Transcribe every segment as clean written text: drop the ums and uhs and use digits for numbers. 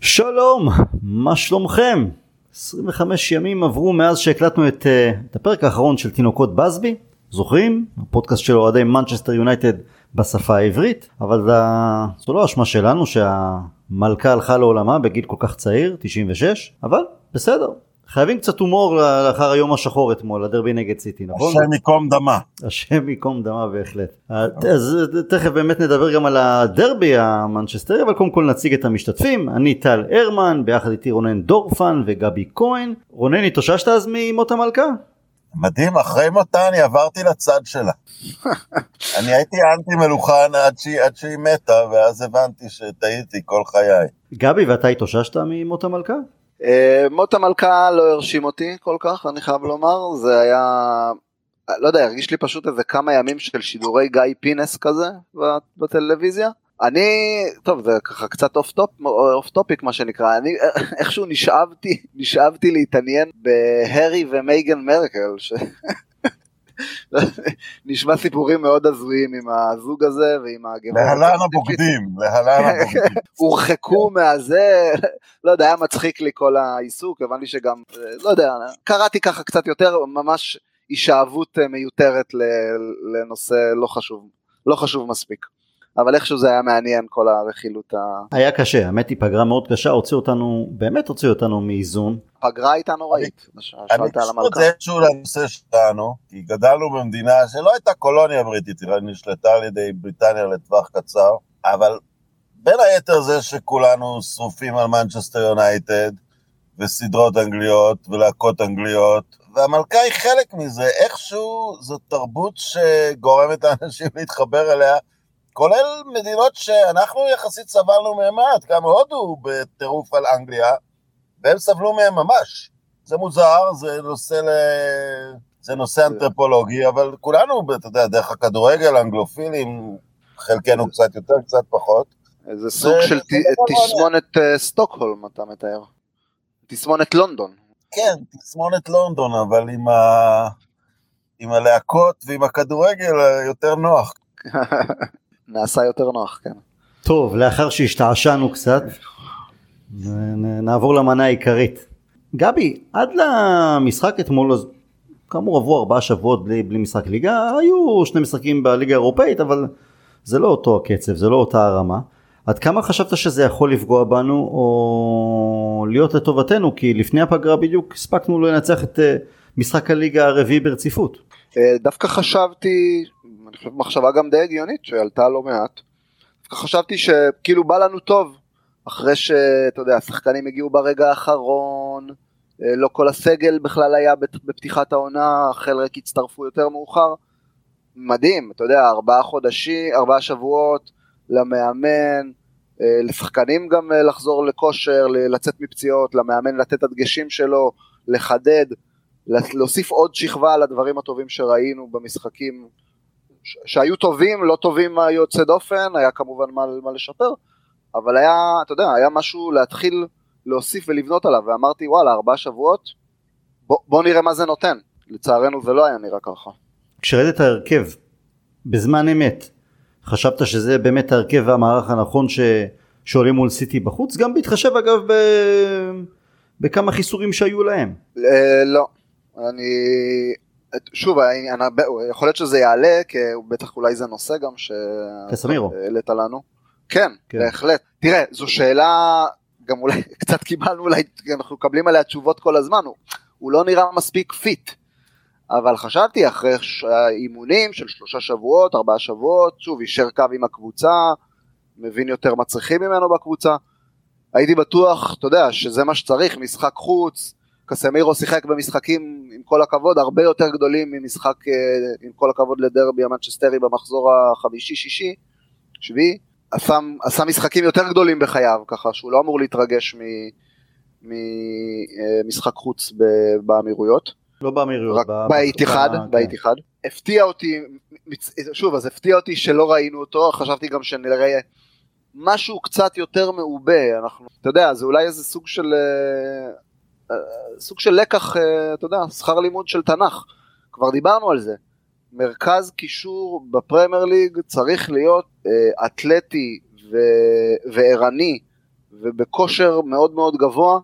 שלום, מה שלומכם? 25 ימים עברו מאז שהקלטנו את הפרק האחרון של תינוקות בסבי, זוכרים? הפודקאסט של אוהדי מנצ'סטר יונייטד בשפה העברית, אבל זו לא אשמה שלנו שהמלכה הלכה לעולמה בגיל כל כך צעיר, 96, אבל בסדר. חייבים קצת הומור לאחר היום השחור אתמול, הדרבי נגד סיטי, נכון? השם ייקום דמה. השם ייקום דמה בהחלט. אז תכף באמת נדבר גם על הדרבי המנצ'סטרי, אבל קודם כל נציג את המשתתפים. אני טל הרמן, ביחד איתי רונן דורפן וגבי כהן. רונן, התאוששת אז ממות המלכה? מדהים, אחרי מותה אני עברתי לצד שלה. אני הייתי אנטי מלוכן עד שהיא מתה, ואז הבנתי שטעיתי כל חיי. גבי, ואתה התאוששת ממות המלכה? מות המלכה לא הרשים אותי כל כך, אני חייב לומר, זה היה, לא יודע, הרגיש לי פשוט איזה כמה ימים של שידורי גיא פינס כזה בטלוויזיה. אני, טוב, זה ככה קצת אוף טופיק מה שנקרא, אני איכשהו נשאבתי להתעניין בהרי ומייגן מרקל, נשמע סיפורים מאוד הזויים עם הזוג הזה ועם הגברת. להלן הבוגדים. הורחקו מהזה, לא יודע, היה מצחיק לי כל העיסוק, הבנתי שגם, לא יודע, קראתי ככה קצת יותר, ממש הישאבות מיותרת לנושא לא חשוב מספיק. אבל איכשהו זה היה מעניין כל הרכילות. היה קשה, האמת היא פגרה מאוד קשה, באמת הוציאו אותנו מאיזון. פגרה הייתה נוראית. אני חושב את זה איזשהו לנושא שלנו, כי גדלנו במדינה שלא הייתה קולוניה בריטית, היא נשלטה על ידי בריטניה לטווח קצר, אבל בין היתר זה שכולנו שרופים על מנצ'סטר יונייטד, וסדרות אנגליות ולהקות אנגליות, והמלכה היא חלק מזה, איכשהו זו תרבות שגורמת לאנשים להתחבר אליה, כולל מדינות שאנחנו יחסית סבלנו מהמעט, גם הודו בטירוף על אנגליה, והם סבלו מהם ממש. זה מוזר, זה נושא אנתרופולוגי, אבל כולנו, אתה יודע, דרך הכדורגל, אנגלופילים, חלקנו קצת יותר, קצת פחות. זה סוג של תסמונת סטוקהולם, אתה מתאר. תסמונת לונדון. כן, תסמונת לונדון, אבל עם הלהקות ועם הכדורגל יותר נוח. נעשה יותר נוח, כן. טוב, לאחר שהשתעשענו קצת, נעבור למנה העיקרית. גבי, עד למשחק אתמול, אז כאמור עברו 4 שבועות בלי משחק ליגה, היו 2 משחקים בליגה האירופאית, אבל זה לא אותו הקצב, זה לא אותה הרמה. עד כמה חשבת שזה יכול לפגוע בנו, או להיות לטובתנו, כי לפני הפגרה בדיוק הספקנו לנצח את משחק הליגה הרביעי ברציפות? דווקא חשבתי, אני חושב מחשבה גם די הגיונית שעלתה לא מעט, חשבתי שכאילו בא לנו טוב, אחרי שאתה יודע, השחקנים הגיעו ברגע האחרון, לא כל הסגל בכלל היה בפתיחת העונה, חלק הצטרפו יותר מאוחר, מדהים, אתה יודע, 4 שבועות למאמן, לשחקנים גם לחזור לכושר, לצאת מפציעות, למאמן לתת הדגשים שלו, לחדד, להוסיף עוד שכבה על הדברים הטובים שראינו במשחקים, שהיו טובים, לא טובים יוצא דופן, היה כמובן מה לשפר, אבל היה, אתה יודע, היה משהו להתחיל להוסיף ולבנות עליו, ואמרתי, וואלה, 4 שבועות, בוא נראה מה זה נותן. לצערנו זה לא היה נראה ככה. כשראית את ההרכב, בזמן אמת, חשבת שזה באמת ההרכב והמערך הנכון שעולים מול סיטי בחוץ, גם בהתחשב אגב בכמה חיסורים שהיו להם? לא, שוב, יכול להיות שזה יעלה, כי בטח אולי זה נושא גם שהעלית לנו. כן, בהחלט. תראה, זו שאלה, גם אולי קצת קיבלנו, אולי אנחנו מקבלים עליה תשובות כל הזמן, הוא לא נראה מספיק פיט, אבל חשבתי אחרי האימונים של 3 שבועות, 4 שבועות, שוב, יישר קו עם הקבוצה, מבין יותר מה צריכים ממנו בקבוצה, הייתי בטוח, אתה יודע, שזה מה שצריך, משחק חוץ, קסמירו שיחק במשחקים, עם כל הכבוד, הרבה יותר גדולים ממשחק, עם כל הכבוד לדרבי המנצ'סטרי במחזור החמישי-שישי, שביעי, עשה משחקים יותר גדולים בחייו, ככה שהוא לא אמור להתרגש ממשחק חוץ באמירויות. לא באמירויות. באיתיחאד. הפתיע אותי, שוב, אז הפתיע אותי שלא ראינו אותו, חשבתי גם שנראה משהו קצת יותר מעובה, אתה יודע, זה אולי איזה סוג של לקח, אתה יודע, שכר לימוד של תנ"ך, כבר דיברנו על זה, מרכז קישור בפרמייר ליג צריך להיות אתלטי וערני ובכושר מאוד מאוד גבוה,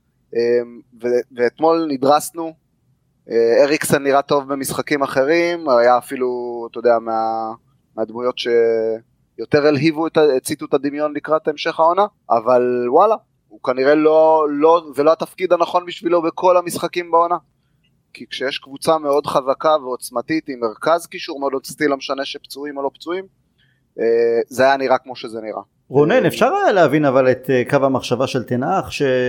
ואתמול נדרסנו, אריקסן נראה טוב במשחקים אחרים, היה אפילו, אתה יודע, מהדמויות שיותר הציתו את הדמיון לקראת המשך העונה, אבל וואלה, הוא כנראה זה לא התפקיד הנכון בשבילו בכל המשחקים בעונה, כי כשיש קבוצה מאוד חזקה ועוצמתית, עם מרכז קישור מאוד עוצמתי, לא משנה שפצועים או לא פצועים, זה היה נראה כמו שזה נראה. רונן, אפשר היה להבין אבל את קו המחשבה של תנאך,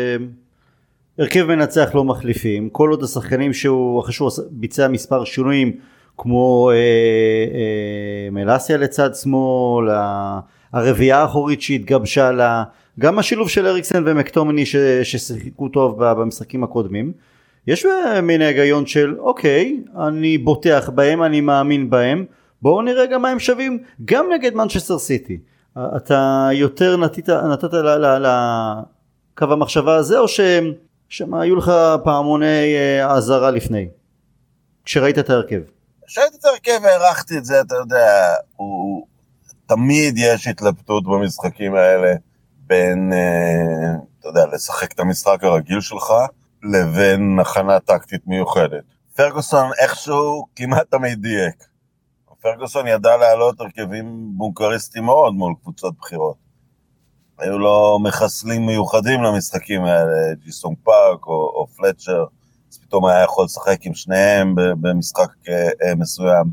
שהרכב מנצח לא מחליפים, כל עוד השחקנים אחרי שהוא ביצע מספר שינויים, כמו מלאסיה לצד שמאל, הרביעה האחורית שהתגבשה לה, גם השילוב של אריקסן ומקטומני ששיחקו טוב במשחקים הקודמים, יש מין ההיגיון של אוקיי, אני בוטח בהם, אני מאמין בהם, בואו נראה גם מה הם שווים, גם נגד מנצ'סטר סיטי. אתה יותר נתת לקו המחשבה הזה, או שמה היו לך פעמוני עזרה לפני, כשראית את ההרכב? כשראיתי את ההרכב והערכתי את זה, אתה יודע, תמיד יש התלבטות במשחקים האלה, בין, אתה יודע, לשחק את המשחק הרגיל שלך, לבין הכנה טקטית מיוחדת. פרגוסון איכשהו כמעט תמיד דייק. פרגוסון ידע להעלות הרכבים בונקריסטים מאוד מול קבוצות בחירות. היו לו מחסלים מיוחדים למשחקים האלה, ג'יסונג פארק או פלצ'ר, אז פתאום היה יכול לשחק עם שניהם במשחק מסוים.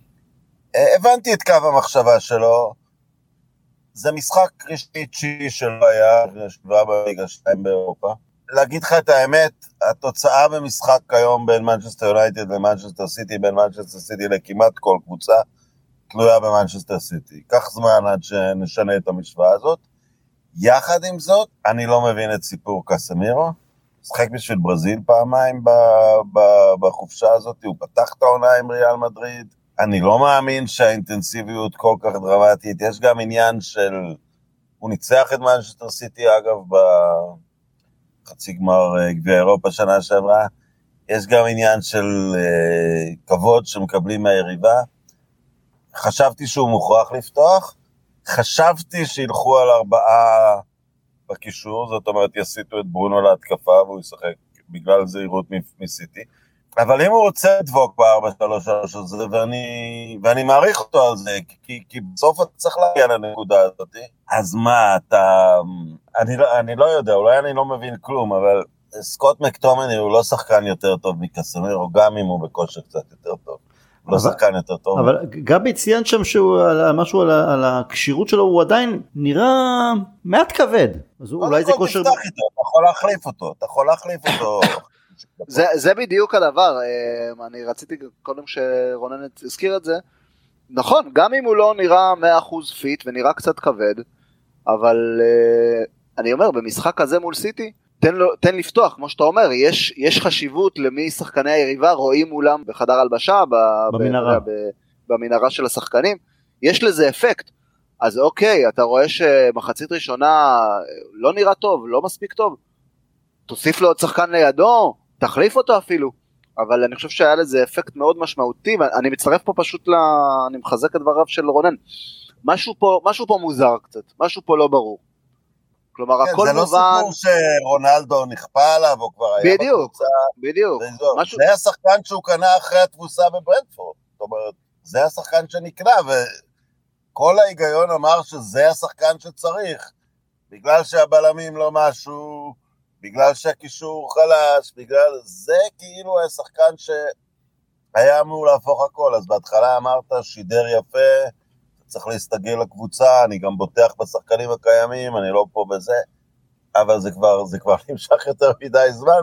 הבנתי את קו המחשבה שלו, זה משחק רשמי תשיעי שלא היה, שבעה בליגה 2 באירופה. להגיד לך את האמת, התוצאה במשחק כיום בין מנצ'סטר יונייטד למנצ'סטר סיטי, בין מנצ'סטר סיטי לכמעט כל קבוצה, תלויה במנצ'סטר סיטי. קח זמן עד שנשנה את המשוואה הזאת. יחד עם זאת, אני לא מבין את סיפור קסמירו, שחק בשביל ברזיל פעמיים בחופשה הזאת, הוא פתח את העונה עם ריאל מדריד, אני לא מאמין שהאינטנסיביות כל כך דרמטית, יש גם עניין של, הוא ניצח את מנצ'סטר סיטי אגב בחצי גמר גביע אירופה שנה שעברה, יש גם עניין של כבוד שמקבלים מהיריבה, חשבתי שהוא מוכרח לפתוח, חשבתי שילכו על 4 בקישור, זאת אומרת יסיטו את ברונו להתקפה והוא ישחק בגלל זהירות מסיטי, אבל אם הוא רוצה לדבוק ב-4-3-3 הזה, ואני מעריך אותו על זה, כי בסוף אתה צריך להגיע לנקודה הזאת, אז מה, אני לא יודע, אולי אני לא מבין כלום, אבל סקוט מקטומני הוא לא שחקן יותר טוב מקסמירו, גם אם הוא בכושר קצת יותר טוב. לא שחקן יותר טוב. אבל גבי ציין שם שהוא משהו על הקשירות שלו, הוא עדיין נראה מעט כבד. אז אולי זה כושר... אתה יכול להחליף אותו. זה בדיוק הדבר. אני רציתי קודם שרונן הזכיר את זה. נכון, גם אם הוא לא נראה 100% פיט ונראה קצת כבד, אבל אני אומר, במשחק הזה מול סיטי, תן לפתוח, כמו שאתה אומר, יש חשיבות למי שחקני היריבה רואים מולם בחדר הלבשה, במנהרה של השחקנים, יש לזה אפקט. אז אוקיי, אתה רואה שמחצית ראשונה לא נראה טוב, לא מספיק טוב, תוסיף לו עוד שחקן לידו, תחליף אותו אפילו, אבל אני חושב שהיה לזה אפקט מאוד משמעותי, ואני מצטרף פה פשוט, אני מחזק את דבריו של רונן, משהו פה מוזר קצת, משהו פה לא ברור. כלומר, הכל מובן... זה לא סיפור שרונלדו נכפה עליו, או כבר היה בקבוצה. בדיוק. זה השחקן שהוא קנה אחרי התבוסה בברנטפורד. זאת אומרת, זה השחקן שנקנה, וכל ההיגיון אמר שזה השחקן שצריך, בגלל שהבלמים לא משהו, בגלל שהקישור חלש, בגלל זה כאילו השחקן שהיה אמור להפוך הכל. אז בהתחלה אמרת, שידר יפה, צריך להסתגל לקבוצה, אני גם בוטח בשחקנים הקיימים, אני לא פה בזה, אבל זה כבר נמשך יותר מדי זמן,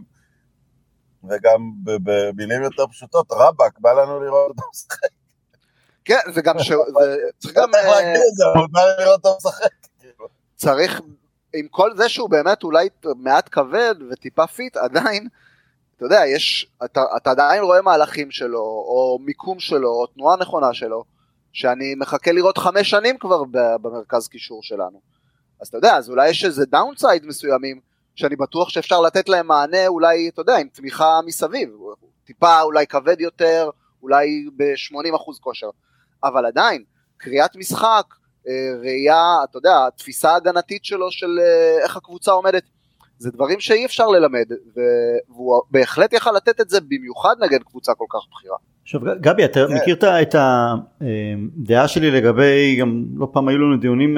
וגם במילים יותר פשוטות, רבק, בא לנו לראות אותו משחק. כן, זה גם צריך גם להגיד את זה, אבל בא לראות אותו משחק. צריך, עם כל זה שהוא באמת אולי מעט כבד וטיפה פיט, עדיין, אתה יודע, אתה עדיין רואה מהלכים שלו, או מיקום שלו, או תנועה נכונה שלו, שאני מחכה לראות 5 שנים כבר במרכז קישור שלנו. אז אתה יודע, אז אולי יש איזה דאונסייד מסוימים, שאני בטוח שאפשר לתת להם מענה, אולי, אתה יודע, עם תמיכה מסביב, טיפה אולי כבד יותר, אולי ב-80% כושר, אבל עדיין, קריאת משחק, ראייה, אתה יודע, התפיסה ההגנתית שלו של איך הקבוצה עומדת, זה דברים שאי אפשר ללמד, והוא בהחלט יכל לתת את זה במיוחד נגד קבוצה כל כך בכירה. עכשיו גבי, אתה מכיר את הדעה שלי לגבי, גם לא פעם היו לנו דיונים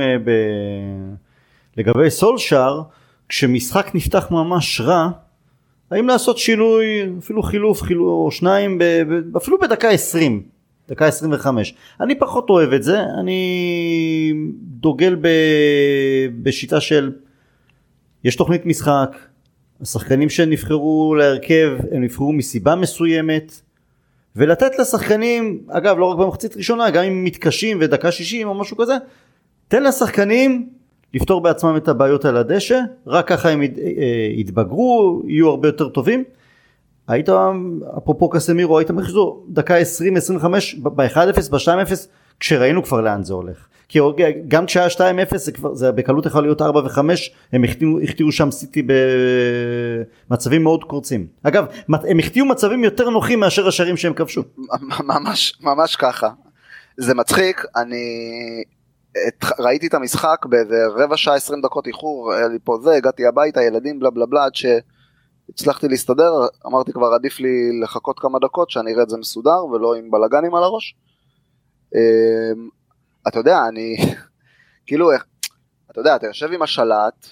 לגבי סולשר, כשמשחק נפתח ממש רע, האם לעשות שינוי, אפילו חילוף או שניים, אפילו בדקה 20, דקה 25. אני פחות אוהב את זה, אני דוגל בשיטה של, יש תוכנית משחק, השחקנים שנבחרו להרכב, הם נבחרו מסיבה מסוימת, ולתת לשחקנים, אגב לא רק במחצית ראשונה, גם אם מתקשים ודקה 60 או משהו כזה, תן לשחקנים לפתור בעצמם את הבעיות על הדשא, רק ככה הם יתבגרו, יהיו הרבה יותר טובים. היית, אפרופו קסמירו, היית מחזור דקה 20-25 ב-1-0, ב-2-0, כשראינו כבר לאן זה הולך. כי גם כשהיה 2-0 זה בקלות יכול להיות 4 ו-5, הם הכתירו שם סיטי במצבים מאוד קורצים. אגב, הם הכתירו מצבים יותר נוחים מאשר השערים שהם כבשו. ממש ככה. זה מצחיק, אני ראיתי את המשחק באיזה רבע שעה 20 דקות איחור, היה לי פה זה, הגעתי הביתה, ילדים בלה בלה בלה, עד שהצלחתי להסתדר, אמרתי כבר עדיף לי לחכות כמה דקות שאני אראה את זה מסודר ולא עם בלגנים על הראש. אתה יודע, אני, כאילו, אתה יודע, אתה יושב עם השלט,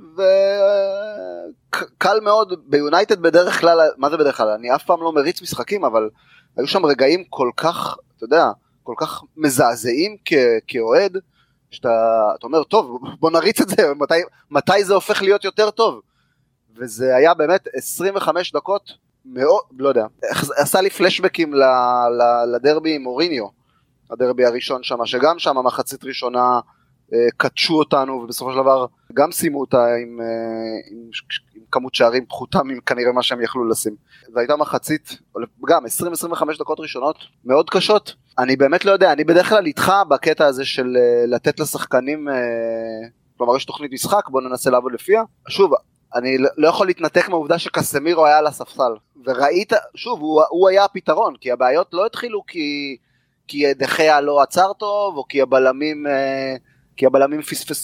וקל מאוד, ביונייטד בדרך כלל, מה זה בדרך כלל? אני אף פעם לא מריץ משחקים, אבל היו שם רגעים כל כך, אתה יודע, כל כך מזעזעים כאוהד, שאתה אומר, טוב, בוא נריץ את זה, מתי זה הופך להיות יותר טוב? וזה היה באמת 25 דקות, מאוד, לא יודע, עשה לי פלשבקים לדרבי עם מוריניו, הדרבי הראשון שם, שגם שם המחצית ראשונה קטשו אותנו, ובסופו של דבר גם שימו אותה עם כמות שערים פחותה כנראה מה שהם יכלו לשים. זו הייתה מחצית, גם 20-25 דקות ראשונות, מאוד קשות. אני באמת לא יודע, אני בדרך כלל איתך בקטע הזה של לתת לשחקנים, כלומר יש תוכנית משחק, בוא ננסה לעבוד לפיה. שוב, אני לא יכול להתנתק מהעובדה היה על הספסל, וראית, שוב, הוא היה הפתרון, כי הבעיות לא התחילו כי דחיה לא עצר טוב, או כי הבלמים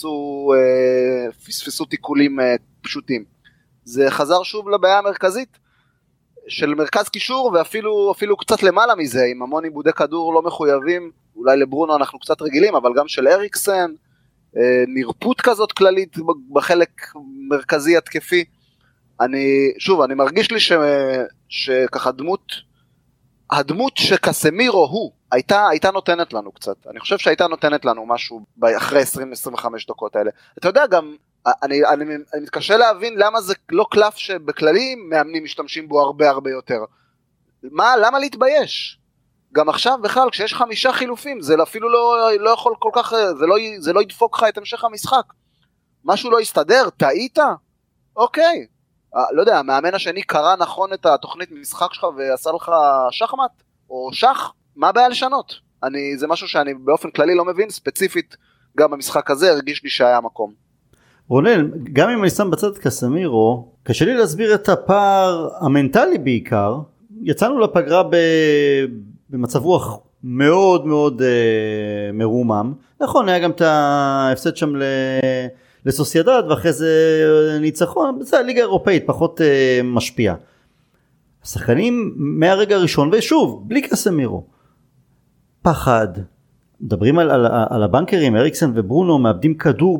פספסו תיקולים פשוטים. זה חזר שוב לבעיה המרכזית, של מרכז קישור, ואפילו קצת למעלה מזה, עם המון עיבודי כדור לא מחויבים, אולי לברונו אנחנו קצת רגילים, אבל גם של אריקסן, נרפות כזאת כללית בחלק מרכזי התקפי. אני מרגיש לי שככה הדמות שקסמירו הוא, הייתה נותנת לנו קצת, אני חושב שהייתה נותנת לנו משהו אחרי 20-25 דקות האלה. אתה יודע גם, אני מתקשה להבין למה זה לא קלף שבכללי מאמנים משתמשים בו הרבה יותר. למה להתבייש? גם עכשיו בכלל, כשיש 5 חילופים, זה אפילו לא יכול כל כך, זה לא ידפוק לך את המשך המשחק. משהו לא יסתדר, טעית? אוקיי. לא יודע, המאמן השני קרא נכון את התוכנית משחק שלך ועשה לך שחמט, או שח, מה הבעיה לשנות? זה משהו שאני באופן כללי לא מבין, ספציפית גם במשחק הזה הרגיש לי שהיה מקום. רונן, גם אם אני שם בצד קסמירו, קשה לי להסביר את הפער המנטלי בעיקר. יצאנו לפגרה במצב רוח מאוד מאוד מרומם. נכון, היה גם את ההפסד שם לסוסיידד, ואחרי זה ניצחון, זה הליגה האירופאית פחות משפיע. השחקנים מהרגע הראשון, ושוב, בלי קסמירו, פחד, מדברים על הבנקרים, אריקסן וברונו, מאבדים כדור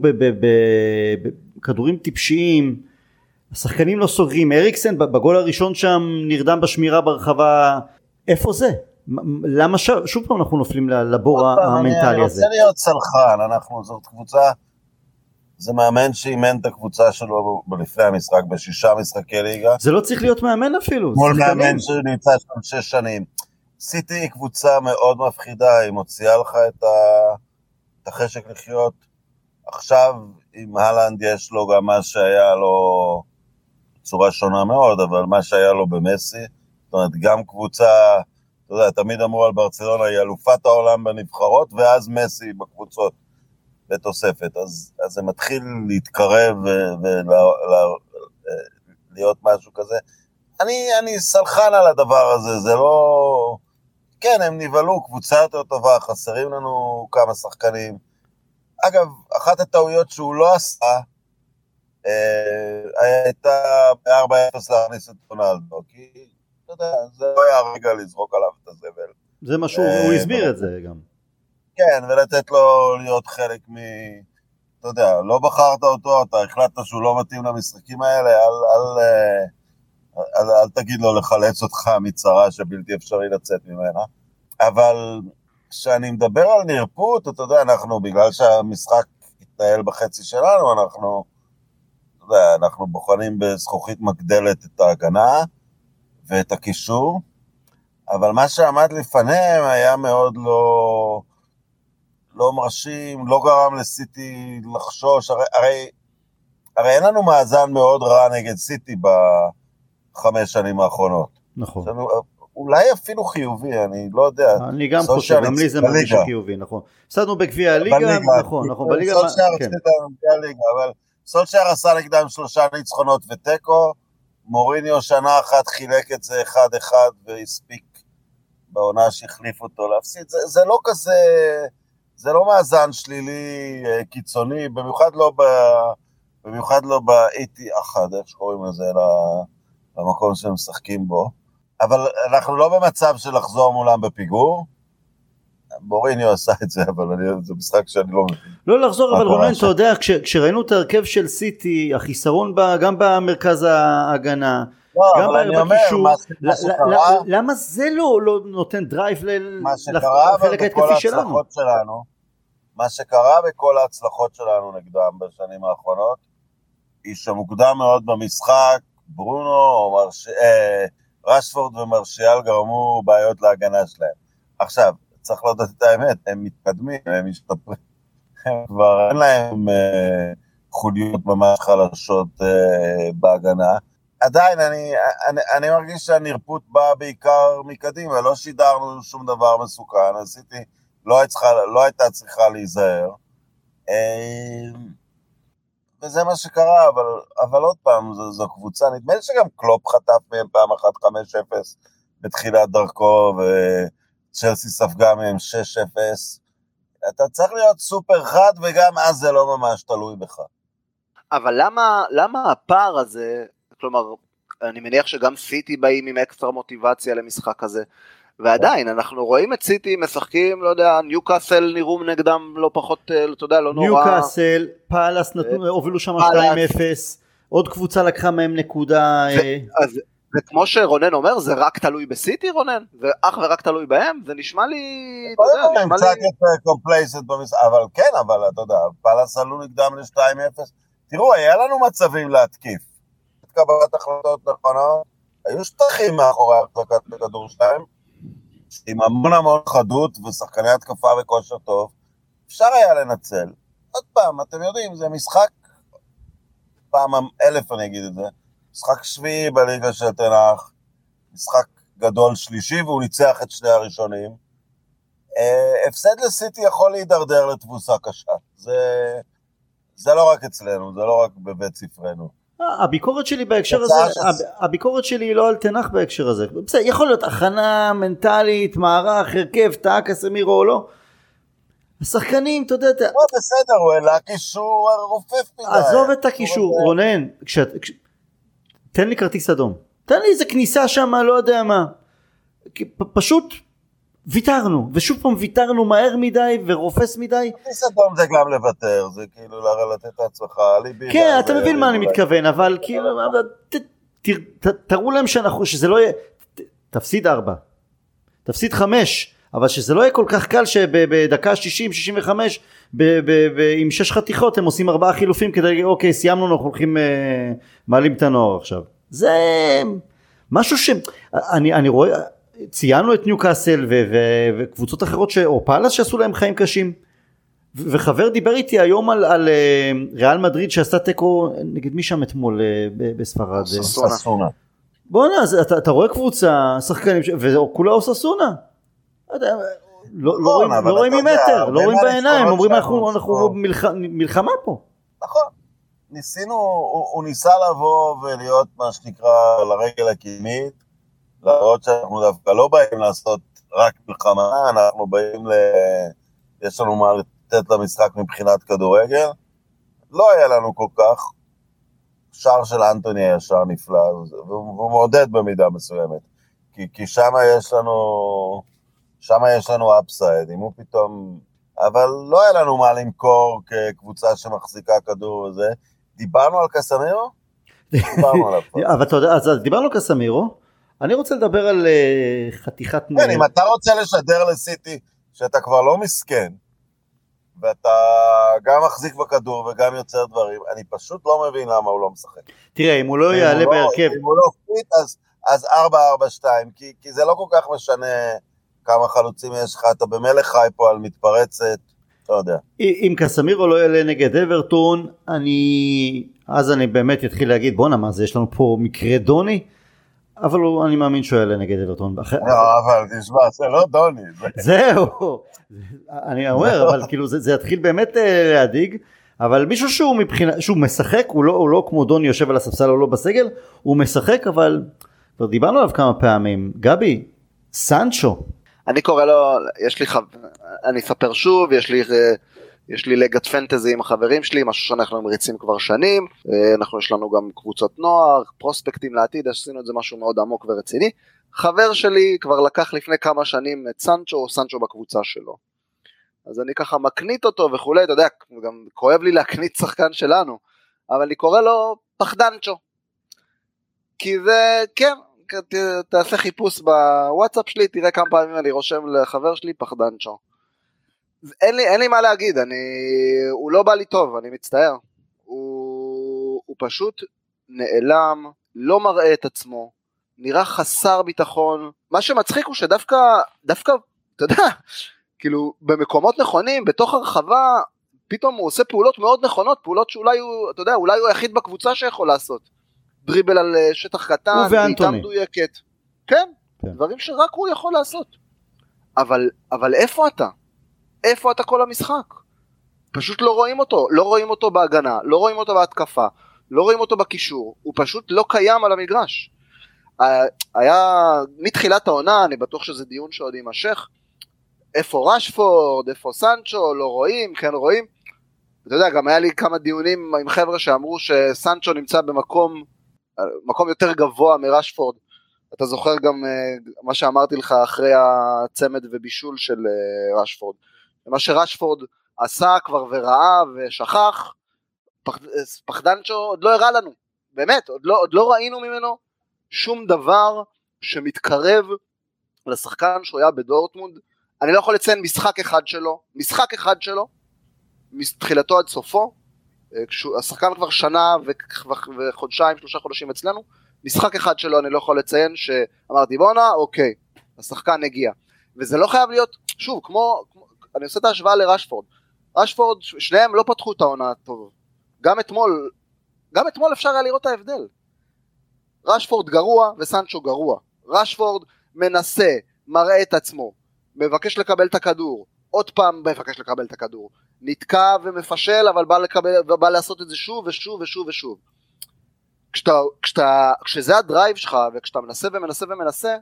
בכדורים טיפשיים, השחקנים לא סוגרים, אריקסן בגול הראשון שם נרדם בשמירה ברחבה, איפה זה? למה שוב פעם אנחנו נופלים לבור המנטלי הזה? אני רוצה להיות סלחן, זאת קבוצה, זה מאמן שאימן את הקבוצה שלו לפני המשחק, ב6 משחקי ליגה. זה לא צריך להיות מאמן אפילו. מול מאמן שנמצא שם 6 שנים. סיטי היא קבוצה מאוד מפחידה, היא מוציאה לך את החשק לחיות. עכשיו עם הלנד יש לו גם מה שהיה לו, בצורה שונה מאוד, אבל מה שהיה לו במסי, זאת אומרת גם קבוצה, אתה יודע, תמיד אמרו על ברצלונה, היא אלופת העולם בנבחרות, ואז מסי בקבוצות. בתוספת, אז זה מתחיל להתקרב ולהיות משהו כזה. אני סלחן על הדבר הזה, זה לא... כן, הם נבלו, קבוצה יותר טובה, חסרים לנו כמה שחקנים, אגב, אחת הטעויות שהוא לא עשה, הייתה ב-4-0 להכניס את רונלדו, כי, אתה יודע, זה לא היה הרגע לזרוק עליו את הזבל. זה מה שהוא הסביר את זה גם. כן, ולתת לו להיות חלק אתה יודע, לא בחרת אותו, אתה החלטת שהוא לא מתאים למשחקים האלה, אל תגיד לו לחלץ אותך מצרה שבלתי אפשרי לצאת ממנה. אבל כשאני מדבר על נרפות, אתה יודע, בגלל שהמשחק התנהל בחצי שלנו, אנחנו בוחנים בזכוכית מגדלת את ההגנה ואת הקישור, אבל מה שעמד לפניהם היה מאוד לא מרשים, לא גרם לסיטי לחשוש, הרי אין לנו מאזן מאוד רע נגד סיטי ב5 שנים האחרונות. נכון. אולי אפילו חיובי, אני לא יודע. אני גם חושב, גם לי זה מרגיש חיובי, נכון. הפסדנו בגביע הליגה, נכון, בליגה, כן. אבל סולשייר עשה נגדם 3 ניצחונות וטקו, מוריניו שנה אחת חילק את זה 1-1 והספיק בעונה שהחליף אותו להפסיד, זה לא כזה, זה לא מאזן שלילי קיצוני, במיוחד לא ב-81, איך שקוראים לזה, למקום שהם משחקים בו, אבל אנחנו לא במצב של לחזור מולם בפיגור, מוריניו עשה את זה, אבל זה משחק שאני לא מבין. לא לחזור, אבל רונן, אתה יודע, כשראינו את ההרכב של סיטי, החיסרון גם במרכז ההגנה, גם בקישור, למה זה לא נותן דרייב לחלק ההתקפי שלנו? מה שקרה בכל ההצלחות שלנו נגדם בשנים האחרונות, היא שמוקדם מאוד במשחק, ברונו, רשפורד ומרשיאל גרמו בעיות להגנה שלהם. עכשיו, צריך לדעת את האמת, הם מתקדמים, הם משתפרים, הם כבר אין להם חוליות ממש חלשות בהגנה. עדיין אני מרגיש שהנרפות באה בעיקר מקדימה, לא שידרנו שום דבר מסוכן, עשיתי, לא הייתה צריכה להיזהר, וזה מה שקרה, אבל עוד פעם, זו קבוצה, נדמה לי שגם קלופ חטף מהם פעם אחת 5-0 בתחילת דרכו, וצ'לסי ספגה מהם 6-0, אתה צריך להיות סופר חד, וגם אז זה לא ממש תלוי בך. אבל למה הפער הזה, כלומר, אני מניח שגם סיטי באים עם אקסטרה מוטיבציה למשחק הזה, ועדיין, אנחנו רואים את סיטי משחקים, לא יודע, ניוקאסל נראו נגדם לא פחות, אתה יודע, לא נורא. ניוקאסל, פאלאס הובילו שם 2-0, עוד קבוצה לקחה מהם נקודה. אז זה כמו שרונן אומר, זה רק תלוי בסיטי, רונן? זה אך ורק תלוי בהם? זה נשמע לי, אתה יודע, נשמע לי... קצת יותר קומפלייסט במשחק, אבל כן, אבל אתה יודע, פאלאס עלו נגדם ל-2-0, תראו, היה לנו מצבים להתקיף. קבלת החלטות נכונות, היו שטחים מאחורי החזקת בכדור 2, עם המון חדות ושחקני התקפה וכושר טוב, אפשר היה לנצל. עוד פעם, אתם יודעים, זה משחק, פעם 1000 אני אגיד את זה, משחק שביעי בליגה של תנח, משחק גדול שלישי, והוא ניצח את שני הראשונים. הפסד לסיטי יכול להידרדר לתבוסה קשה. זה לא רק אצלנו, זה לא רק בבית ספרנו. הביקורת שלי בהקשר הזה, הביקורת שלי היא לא על תנח בהקשר הזה. בסדר, יכול להיות הכנה מנטלית, מערך, הרכב, טעה, קסמירו או לא. השחקנים, אתה יודע... לא, בסדר, הוא העלה קישור רופף מדי. עזוב את הקישור, רונן, תן לי כרטיס אדום. תן לי איזה כניסה שם, לא יודע מה. פשוט ויתרנו, ושוב פעם ויתרנו מהר מדי ורופס מדי. כרטיס אדום זה גם לוותר, זה כאילו לתת את עצמך. כן, אתה מבין מה אני מתכוון, אבל כאילו, תראו להם שזה לא יהיה, תפסיד 4, תפסיד 5, אבל שזה לא יהיה כל כך קל שבדקה 60-65 עם 6 חתיכות הם עושים 4 חילופים כדי להגיד אוקיי סיימנו, אנחנו הולכים מעלים את הנוער עכשיו. זה משהו שאני רואה, ציינו את ניוקאסל וקבוצות אחרות או פאלאס שעשו להם חיים קשים, וחבר דיבר איתי היום על ריאל מדריד שעשתה תיקו נגד מי שם אתמול בספרד, ססונה. בוא'נה, אתה רואה קבוצה שחקנים וכולה עושה סונה, לא רואים ממטר, לא רואים בעיניים, אומרים אנחנו מלחמה פה. נכון, הוא ניסה לבוא ולהיות מה שנקרא לרגל הקדמית, למרות שאנחנו דווקא לא באים לעשות רק מלחמה, אנחנו באים יש לנו מה לתת למשחק מבחינת כדורגל. לא היה לנו כל כך. שער של אנטוני היה שער נפלא, והוא מעודד במידה מסוימת. כי שם יש לנו אפסייד, אם הוא פתאום... אבל לא היה לנו מה למכור כקבוצה שמחזיקה כדור וזה. דיברנו על קסמירו? דיברנו עליו. אבל אתה יודע, אז דיברנו על קסמירו, אני רוצה לדבר על חתיכת... כן, אם אתה רוצה לשדר לסיטי שאתה כבר לא מסכן, ואתה גם מחזיק בכדור וגם יוצר דברים, אני פשוט לא מבין למה הוא לא משחק. תראה, אם הוא לא יעלה בהרכב... אם הוא לא פיט, אז 4-4-2, כי זה לא כל כך משנה כמה חלוצים יש לך, אתה במלך חי פה על מתפרצת, לא יודע. אם קסמירו לא יעלה נגד אברטון, אז אני באמת אתחיל להגיד, בוא נמה, יש לנו פה מקרה דוני, אבל אני מאמין שהוא יעלה נגד אברטון. לא, אבל תשמע, זה לא דוני. זהו, אני אומר, אבל כאילו זה יתחיל באמת להדיג, אבל מישהו שהוא משחק, הוא לא כמו דוני יושב על הספסל או לא בסגל, הוא משחק, אבל כבר דיברנו עליו כמה פעמים. גבי, סנצ'ו. אני קורא לו, אני אספר שוב, יש לי לגת פנטזי עם החברים שלי, משהו שאנחנו מריצים כבר שנים, יש לנו גם קבוצות נוער, פרוספקטים לעתיד, עשינו את זה משהו מאוד עמוק ורציני. חבר שלי כבר לקח לפני כמה שנים את סנצ'ו או סנצ'ו בקבוצה שלו. אז אני ככה מקנית אותו וכולי, אתה יודע, גם כואב לי להקנית שחקן שלנו, אבל אני קורא לו פחדנצ'ו. כי זה, כן, תעשה חיפוש בוואטסאפ שלי, תראה כמה פעמים אני רושם לחבר שלי פחדנצ'ו. אין לי מה להגיד, הוא לא בא לי טוב, אני מצטער. הוא פשוט נעלם, לא מראה את עצמו, נראה חסר ביטחון. מה שמצחיק הוא שדווקא, אתה יודע, כאילו במקומות נכונים, בתוך הרחבה, פתאום הוא עושה פעולות מאוד נכונות, פעולות שאולי הוא, אתה יודע, אולי הוא היחיד בקבוצה שיכול לעשות. דריבל על שטח קטן, בעיטה מדויקת. כן, דברים שרק הוא יכול לעשות. אבל איפה אתה? איפה אתה כל המשחק? פשוט לא רואים אותו, לא רואים אותו בהגנה, לא רואים אותו בהתקפה, לא רואים אותו בקישור, הוא פשוט לא קיים על המגרש. היה מתחילת העונה, אני בטוח שזה דיון שעוד יימשך, איפה רשפורד, איפה סנצ'ו, לא רואים, כן רואים. אתה יודע, גם היה לי כמה דיונים עם חבר'ה שאמרו שסנצ'ו נמצא במקום יותר גבוה מרשפורד. אתה זוכר גם מה שאמרתי לך אחרי הצמד ובישול של רשפורד. מה שרשפורד עשה כבר וראה ושכח, פחדנצ'ו עוד לא הראה לנו, באמת, עוד לא ראינו ממנו שום דבר שמתקרב לשחקן שהוא היה בדורטמונד. אני לא יכול לציין משחק אחד שלו, מתחילתו עד סופו, השחקן כבר שנה וחודשיים, 3 חודשים אצלנו, משחק אחד שלו אני לא יכול לציין שאמרתי בונה, אוקיי, השחקן הגיע. וזה לא חייב להיות, שוב, כמו אני עושה את ההשוואה לרשפורד, שניהם לא פתחו את העונה טוב, גם אתמול אפשר היה לראות את ההבדל. רשפורד גרוע וסנצ'ו גרוע. רשפורד מנסה, מראה את עצמו, מבקש לקבל את הכדור, עוד פעם מבקש לקבל את הכדור, נתקע ומפשל, אבל בא לעשות את זה שוב ושוב ושוב ושוב. כשזה הדרייב שלך, וכשאתה מנסה,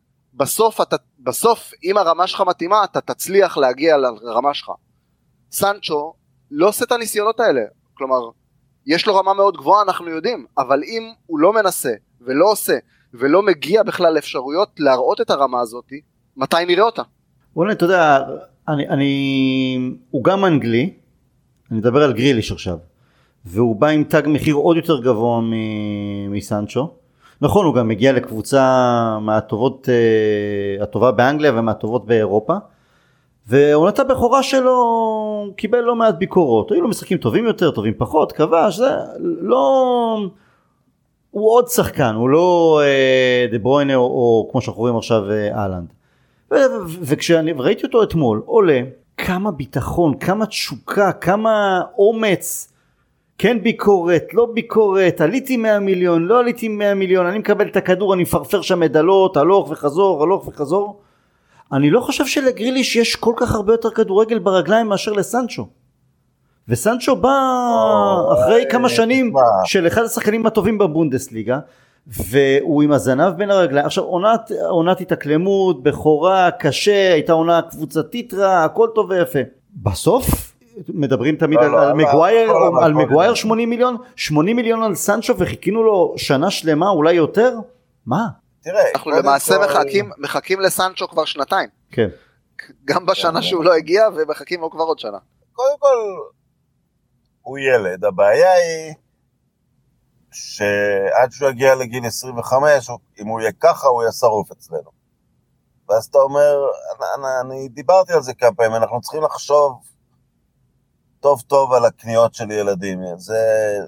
בסוף אם הרמה שלך מתאימה, אתה תצליח להגיע לרמה שלך. סנצ'ו לא עושה את הניסיונות האלה, כלומר, יש לו רמה מאוד גבוהה, אנחנו יודעים, אבל אם הוא לא מנסה, ולא עושה, ולא מגיע בכלל לאפשרויות להראות את הרמה הזאת, מתי נראה אותה? אולי, אתה יודע, הוא גם אנגלי, אני מדבר על גריליש עכשיו, והוא בא עם תג מחיר עוד יותר גבוה מסנצ'ו. נכון, הוא גם מגיע לקבוצה מהטובות, הטובה באנגליה ומהטובות באירופה, ועונת הבכורה שלו קיבל לא מעט ביקורות, היו לו משחקים טובים יותר, טובים פחות, כבש, זה לא... הוא עוד שחקן, הוא לא דה ברויינה או כמו שאנחנו רואים עכשיו אהלנד. וכשאני ראיתי אותו אתמול, עולה כמה ביטחון, כמה תשוקה, כמה אומץ, כן ביקורת, לא ביקורת, עליתי 100 מיליון, לא עליתי 100 מיליון, אני מקבל את הכדור, אני מפרפר שם מדלות, הלוך וחזור. אני לא חושב שלגריליש יש כל כך הרבה יותר כדורגל ברגליים מאשר לסנצ'ו. וסנצ'ו בא אחרי כמה שנים של אחד השחקנים הטובים בבונדסליגה, והוא עם הזנב בין הרגליים. עכשיו, עונת התאקלמות, בכורה, קשה, הייתה עונה קבוצתית רע, הכל טוב ויפה. בסוף מדברים תמיד על מגווייר, על מגווייר 80 מיליון, 80 מיליון על סנצ'ו וחיכינו לו שנה שלמה, אולי יותר? מה? תראה, אנחנו למעשה מחכים לסנצ'ו כבר שנתיים. כן. גם בשנה שהוא לא הגיע, ומחכים לו כבר עוד שנה. קודם כל, הוא ילד. הבעיה היא שעד שהוא יגיע לגיל 25, אם הוא יהיה ככה, הוא יהיה שרוף אצלנו. ואז אתה אומר, אני דיברתי על זה כמה פעמים, אנחנו צריכים לחשוב טוב טוב על הקניות של ילדים. זה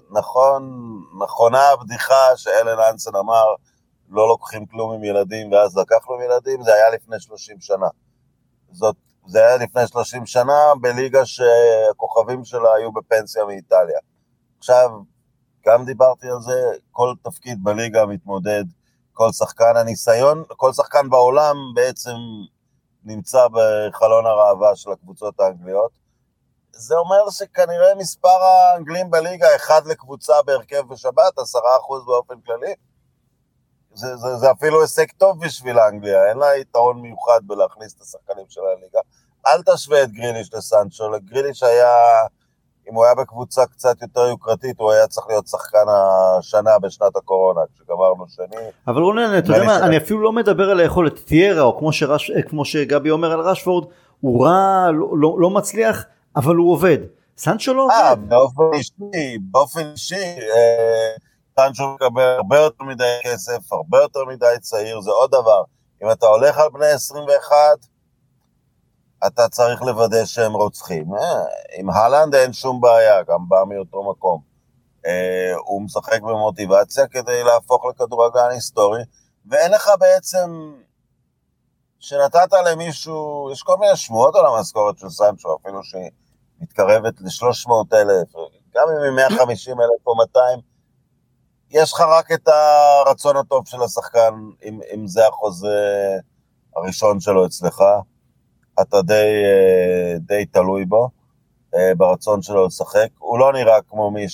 נכונה הבדיחה שאלן אנסן אמר, לא לוקחים כלום עם ילדים, ואז לקחנו עם ילדים, זה היה לפני 30 שנה. זה היה לפני 30 שנה, בליגה שהכוכבים שלה היו בפנסיה מאיטליה. עכשיו, גם דיברתי על זה, כל תפקיד בליגה מתמודד, כל שחקן הניסיון, כל שחקן בעולם בעצם נמצא בחלון הראווה של הקבוצות האנגליות. זה אומר שכנראה מספר האנגלים בליגה, אחד לקבוצה בהרכב בשבת, 10% באופן כללי, זה אפילו הישג טוב בשביל האנגליה, אין לה יתרון מיוחד בלהכניס את השחקנים של הליגה. אל תשווה את גריליש לסנצ'ו, לגריליש היה, אם הוא היה בקבוצה קצת יותר יוקרתית, הוא היה צריך להיות שחקן השנה בשנת הקורונה, כשגמרנו שני. אבל רונן, אתה יודע מה, אני אפילו לא מדבר על היכולת טיירה, או כמו שגבי אומר על רשפורד, הוא רע, לא מצליח, אבל הוא עובד. סנצ'ו לא עובד. באופן אישי, סנצ'ו מקבל הרבה יותר מדי כסף, הרבה יותר מדי צעיר, זה עוד דבר. אם אתה הולך על בני 21, אתה צריך לוודא שהם רוצחים. עם הלנד אין שום בעיה, גם בא מאותו מקום. הוא משחק במוטיבציה כדי להפוך לכדורגלן היסטורי, ואין לך בעצם, שנתת למישהו, יש כל מיני שמועות על המשכורת של סנצ'ו, אפילו שהיא מתקרבת ל-300,000, גם אם היא 150,000 או 200, יש לך רק את הרצון הטוב של השחקן, אם זה החוזה הראשון שלו אצלך, אתה די תלוי בו, ברצון שלו לשחק. הוא לא נראה כמו מי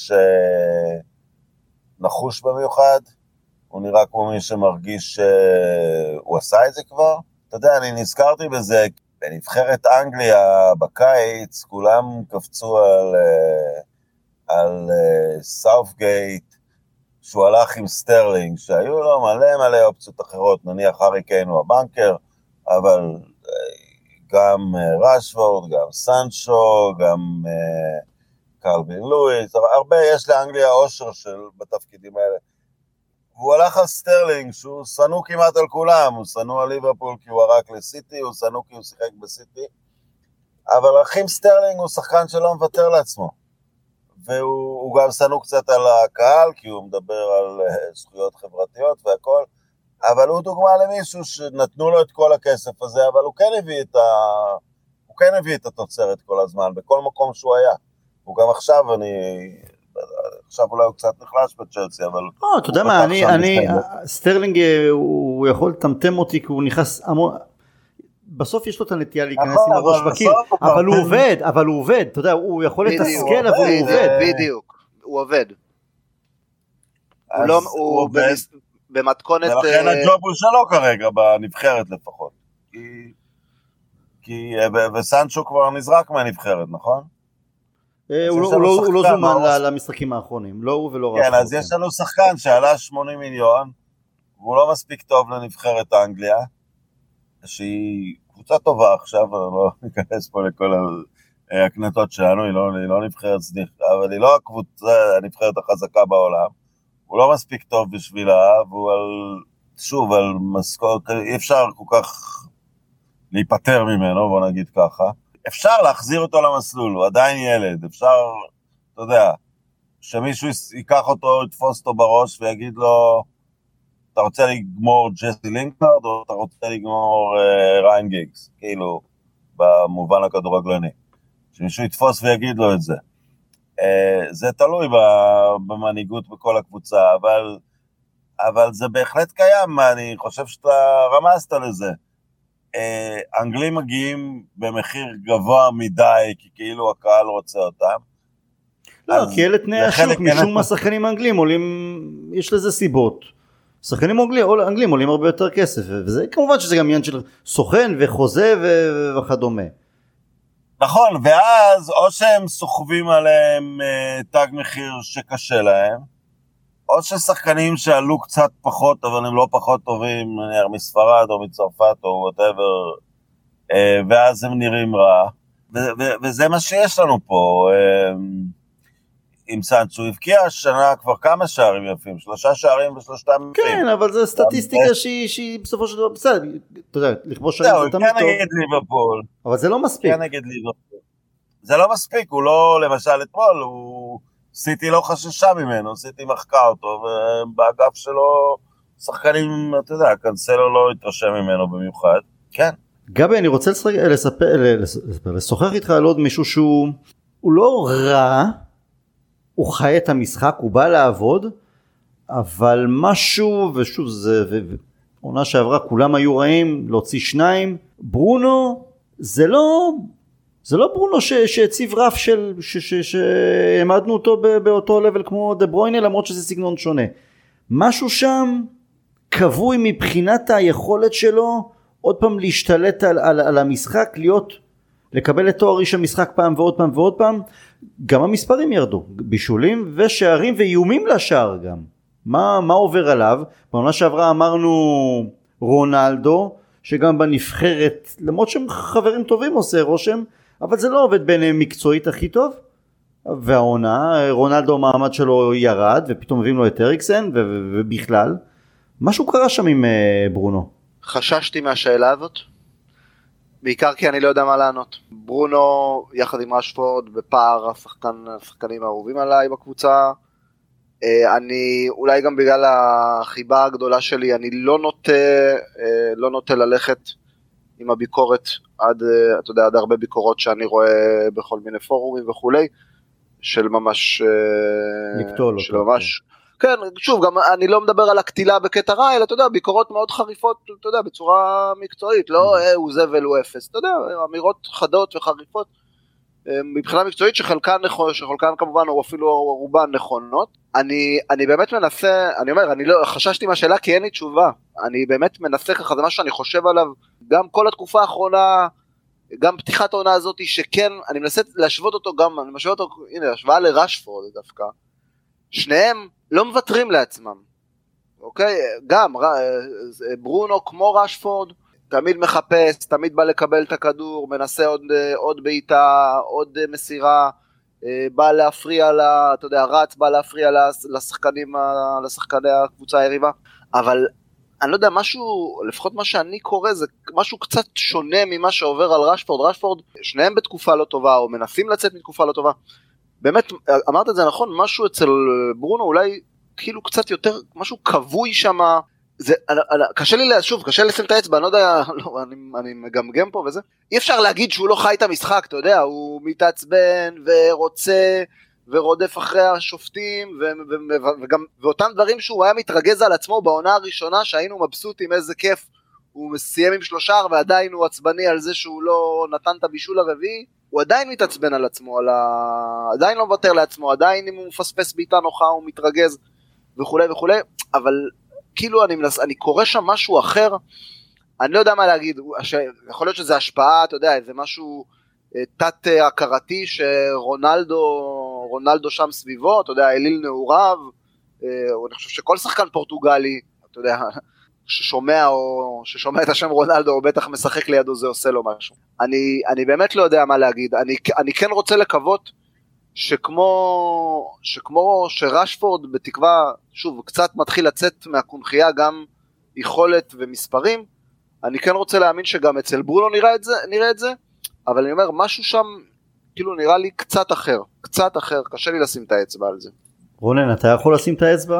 שנחוש במיוחד, הוא נראה כמו מי שמרגיש שהוא עשה את זה כבר. אתה יודע, אני נזכרתי בזה, בנבחרת אנגליה בקיץ, כולם קפצו על סאות'גייט, שהוא הלך עם סטרלינג, שהיו לו מלא אופציות אחרות, נניח הארי קיין הוא הבנקר, אבל גם רשפורד, גם סנצ'ו, גם קלווין לואיס, הרבה יש לאנגליה אושר בתפקידים האלה. והוא הלך על סטרלינג, שהוא שנוא כמעט על כולם, הוא שנוא על ליברפול כי הוא ערק לסיטי, הוא שנוא כי הוא שיחק בסיטי, אבל אחים סטרלינג הוא שחקן שלא מוותר לעצמו. והוא גם שנוא קצת על הקהל, כי הוא מדבר על זכויות חברתיות והכל, אבל הוא דוגמה למישהו שנתנו לו את כל הכסף הזה, אבל הוא כן הביא את התוצרת כל הזמן, בכל מקום שהוא היה. הוא גם עכשיו, עכשיו אולי הוא קצת נחלש בצ'לסי, אבל... אתה יודע מה, סטרלינג הוא יכול לטמטם אותי, כי הוא נכנס המון... בסוף יש לו את הנטייה להיכנס עם הראש בקיר, אבל הוא עובד, אתה יודע, הוא יכול לתסכל, אבל הוא עובד. בדיוק, הוא עובד. הוא עובד. במתכונת... ולכן הג'וב הוא שלו כרגע, בנבחרת לפחות. וסנצ'ו כבר נזרק מהנבחרת, נכון? הוא לא זומן למשחקים האחרונים, לא הוא ולא רשפורד. כן, אז יש לנו שחקן שעלה 80 מיליון, והוא לא מספיק טוב לנבחרת האנגליה, שהיא קבוצה טובה עכשיו, אני לא ניכנס פה לכל הקנטות שלנו, היא לא נבחרת סניח, אבל היא לא הנבחרת החזקה בעולם, הוא לא מספיק טוב בשבילה, והוא על משכורת, אי אפשר כל כך להיפטר ממנו, בוא נגיד ככה, אפשר להחזיר אותו למסלול, הוא עדיין ילד, אפשר, אתה יודע, שמישהו ייקח אותו, יתפוס אותו בראש ויגיד לו, אתה רוצה לגמור ג'סי לינקארד, או אתה רוצה לגמור ריין גיגס, כאילו, במובן הכדורגלני. שמישהו יתפוס ויגיד לו את זה. זה תלוי במנהיגות בכל הקבוצה, אבל זה בהחלט קיים, אני חושב שאתה רמזת לזה. אנגלים מגיעים במחיר גבוה מדי, כי כאילו הקהל רוצה אותם. לא, כי אלה תנאי השוק, משום מה שחקנים אנגלים עולים, יש לזה סיבות. שחקנים אנגלים עולים הרבה יותר כסף, וזה כמובן שזה גם עניין של סוכן וחוזה וכדומה. נכון, ואז או שהם סוחבים עליהם תג מחיר שקשה להם, או ששחקנים שעלו קצת פחות, אבל הם לא פחות טובים, מספרד או מצרפת או whatever, ואז הם נראים רע, וזה מה שיש לנו פה. עם סנצ'ו, הבקיע השנה כבר כמה שערים יפים, 3 שערים ושלושתם יפים. כן, אבל זו סטטיסטיקה שהיא בסופו של דבר בסדר, אתה יודע, לכבוש שערים זה תמיד טוב. כן נגד ליברפול. אבל זה לא מספיק. כן נגד ליברפול. זה לא מספיק, הוא לא, למשל אתמול, סיטי לא חששה ממנו, סיטי מחקה אותו, ובאגף שלו שחקנים, אתה יודע, קנסלו לא התרשם ממנו במיוחד. כן. גבי, אני רוצה לשוחח איתך על עוד מישהו שהוא לא רע, הוא חי את המשחק, הוא בא לעבוד, אבל משהו, ושוב, עונה שעברה, כולם היו רעים, להוציא 2, ברונו, זה לא ברונו שהציב רף שהעמדנו אותו באותו לבל כמו דה ברוינה, למרות שזה סגנון שונה. משהו שם קבוי מבחינת היכולת שלו, עוד פעם להשתלט על המשחק, לקבל את תואר איש המשחק פעם ועוד פעם ועוד פעם. גם המספרים ירדו, בישולים ושערים ואיומים לשער גם. מה עובר עליו? בעונה שעברה אמרנו רונלדו, שגם בנבחרת, למרות שהם חברים טובים עושה רושם, אבל זה לא עובד ביניהם מקצועית הכי טוב. והעונה, רונלדו המעמד שלו ירד, ופתאום מביאים לו את אריקסן, ובכלל. משהו קרה שם עם ברונו. חששתי מהשאלה הזאת. בעיקר כי אני לא יודע מה לענות. ברונו יחד עם רשפורד בפער השחקנים האהובים עליי בקבוצה. אני אולי גם בגלל החיבה הגדולה שלי אני לא נוטה ללכת עם הביקורת עד הרבה ביקורות שאני רואה בכל מיני פורומים וכולי, של ממש לקטול אותו. כן, שוב, גם אני לא מדבר על הקטילה בקטע רע, אלא, אתה יודע, ביקורות מאוד חריפות, אתה יודע, בצורה מקצועית, לא הוא זבל הוא אפס, אתה יודע, אמירות חדות וחריפות, מבחינה מקצועית שחלקן כמובן, או אפילו רובן נכונות. אני באמת מנסה, אני אומר, אני לא, חששתי מהשאלה כי אין לי תשובה, אני באמת מנסה ככה, זה מה שאני חושב עליו, גם כל התקופה האחרונה, גם פתיחת העונה הזאת, שכן, אני מנסה להשוות אותו גם, אני משווה אותו, הנה, השוואה לרשפורד דווקא, שניהם לא מוותרים לעצמם, אוקיי? גם ברונו כמו רשפורד, תמיד מחפש, תמיד בא לקבל את הכדור, מנסה עוד בעיטה, עוד מסירה, בא להפריע לה, אתה יודע, רץ, בא להפריע לשחקני הקבוצה היריבה, אבל אני לא יודע, משהו, לפחות מה שאני קורא, זה משהו קצת שונה ממה שעובר על רשפורד, שניהם בתקופה לא טובה, או מנסים לצאת מתקופה לא טובה, באמת, אמרת את זה נכון, משהו אצל ברונו אולי כאילו קצת יותר, משהו קבוי שם, קשה לי לשים את האצבע, אני לא יודע, אני מגמגם פה וזה, אי אפשר להגיד שהוא לא חי את המשחק, אתה יודע, הוא מתעצבן ורוצה ורודף אחרי השופטים, וגם ואותם דברים שהוא היה מתרגז על עצמו בעונה הראשונה, שהיינו מבסוטים, איזה כיף, הוא מסיים עם 3 ועדיין הוא עצבני על זה שהוא לא נתן את הבישול הרביעי, הוא עדיין מתעצבן על עצמו, עדיין לא מוותר לעצמו, עדיין אם הוא מפספס בעיטה נוחה הוא מתרגז וכולי וכולי, אבל כאילו אני קורא שם משהו אחר, אני לא יודע מה להגיד, יכול להיות שזה השפעה, אתה יודע, זה משהו תת הכרתי שרונלדו שם סביבו, אתה יודע, אליל נעוריו, אני חושב שכל שחקן פורטוגלי, אתה יודע, ששומע את השם רונלדו, או בטח משחק לידו, זה עושה לו משהו. אני באמת לא יודע מה להגיד, אני כן רוצה לקוות, שכמו שרשפורד בתקווה, שוב, קצת מתחיל לצאת מהקונחייה, גם יכולת ומספרים, אני כן רוצה להאמין שגם אצל ברונו נראה את זה, אבל אני אומר, משהו שם, כאילו נראה לי קצת אחר, קשה לי לשים את האצבע על זה. רונן, אתה יכול לשים את האצבע?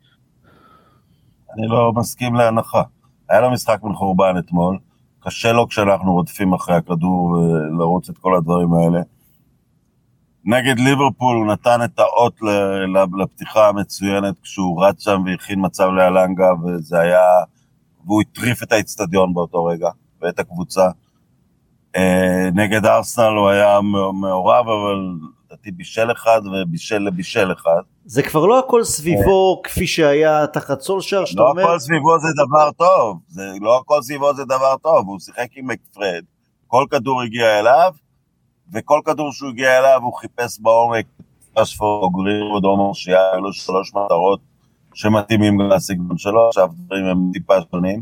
אני לא מסכים להנחה. היה לו משחק בין חורבן אתמול, קשה לו כשאנחנו רודפים אחרי הכדור ולרוץ את כל הדברים האלה. נגד ליברפול הוא נתן את האות לפתיחה המצוינת, כשהוא רץ שם והכין מצב לאלנגה, וזה היה, והוא הטריף את האצטדיון באותו רגע, ואת הקבוצה. נגד ארסנל הוא היה מעורב, אבל לדעתי בישל אחד ובישל אחד. זה כבר לא הכל סביבו כפי שהיה תחת סולשר, שאתה אומר... לא הכל סביבו זה דבר טוב, לא הכל סביבו זה דבר טוב, הוא שיחק עם מקפרד, כל כדור הגיע אליו, וכל כדור שהוא הגיע אליו הוא חיפש בעומק, רשפורד או גרינווד או מרשייה, היו לו 3 מטרות שמתאימים גם לסגנון שלו, עכשיו דברים הם טיפה שונים.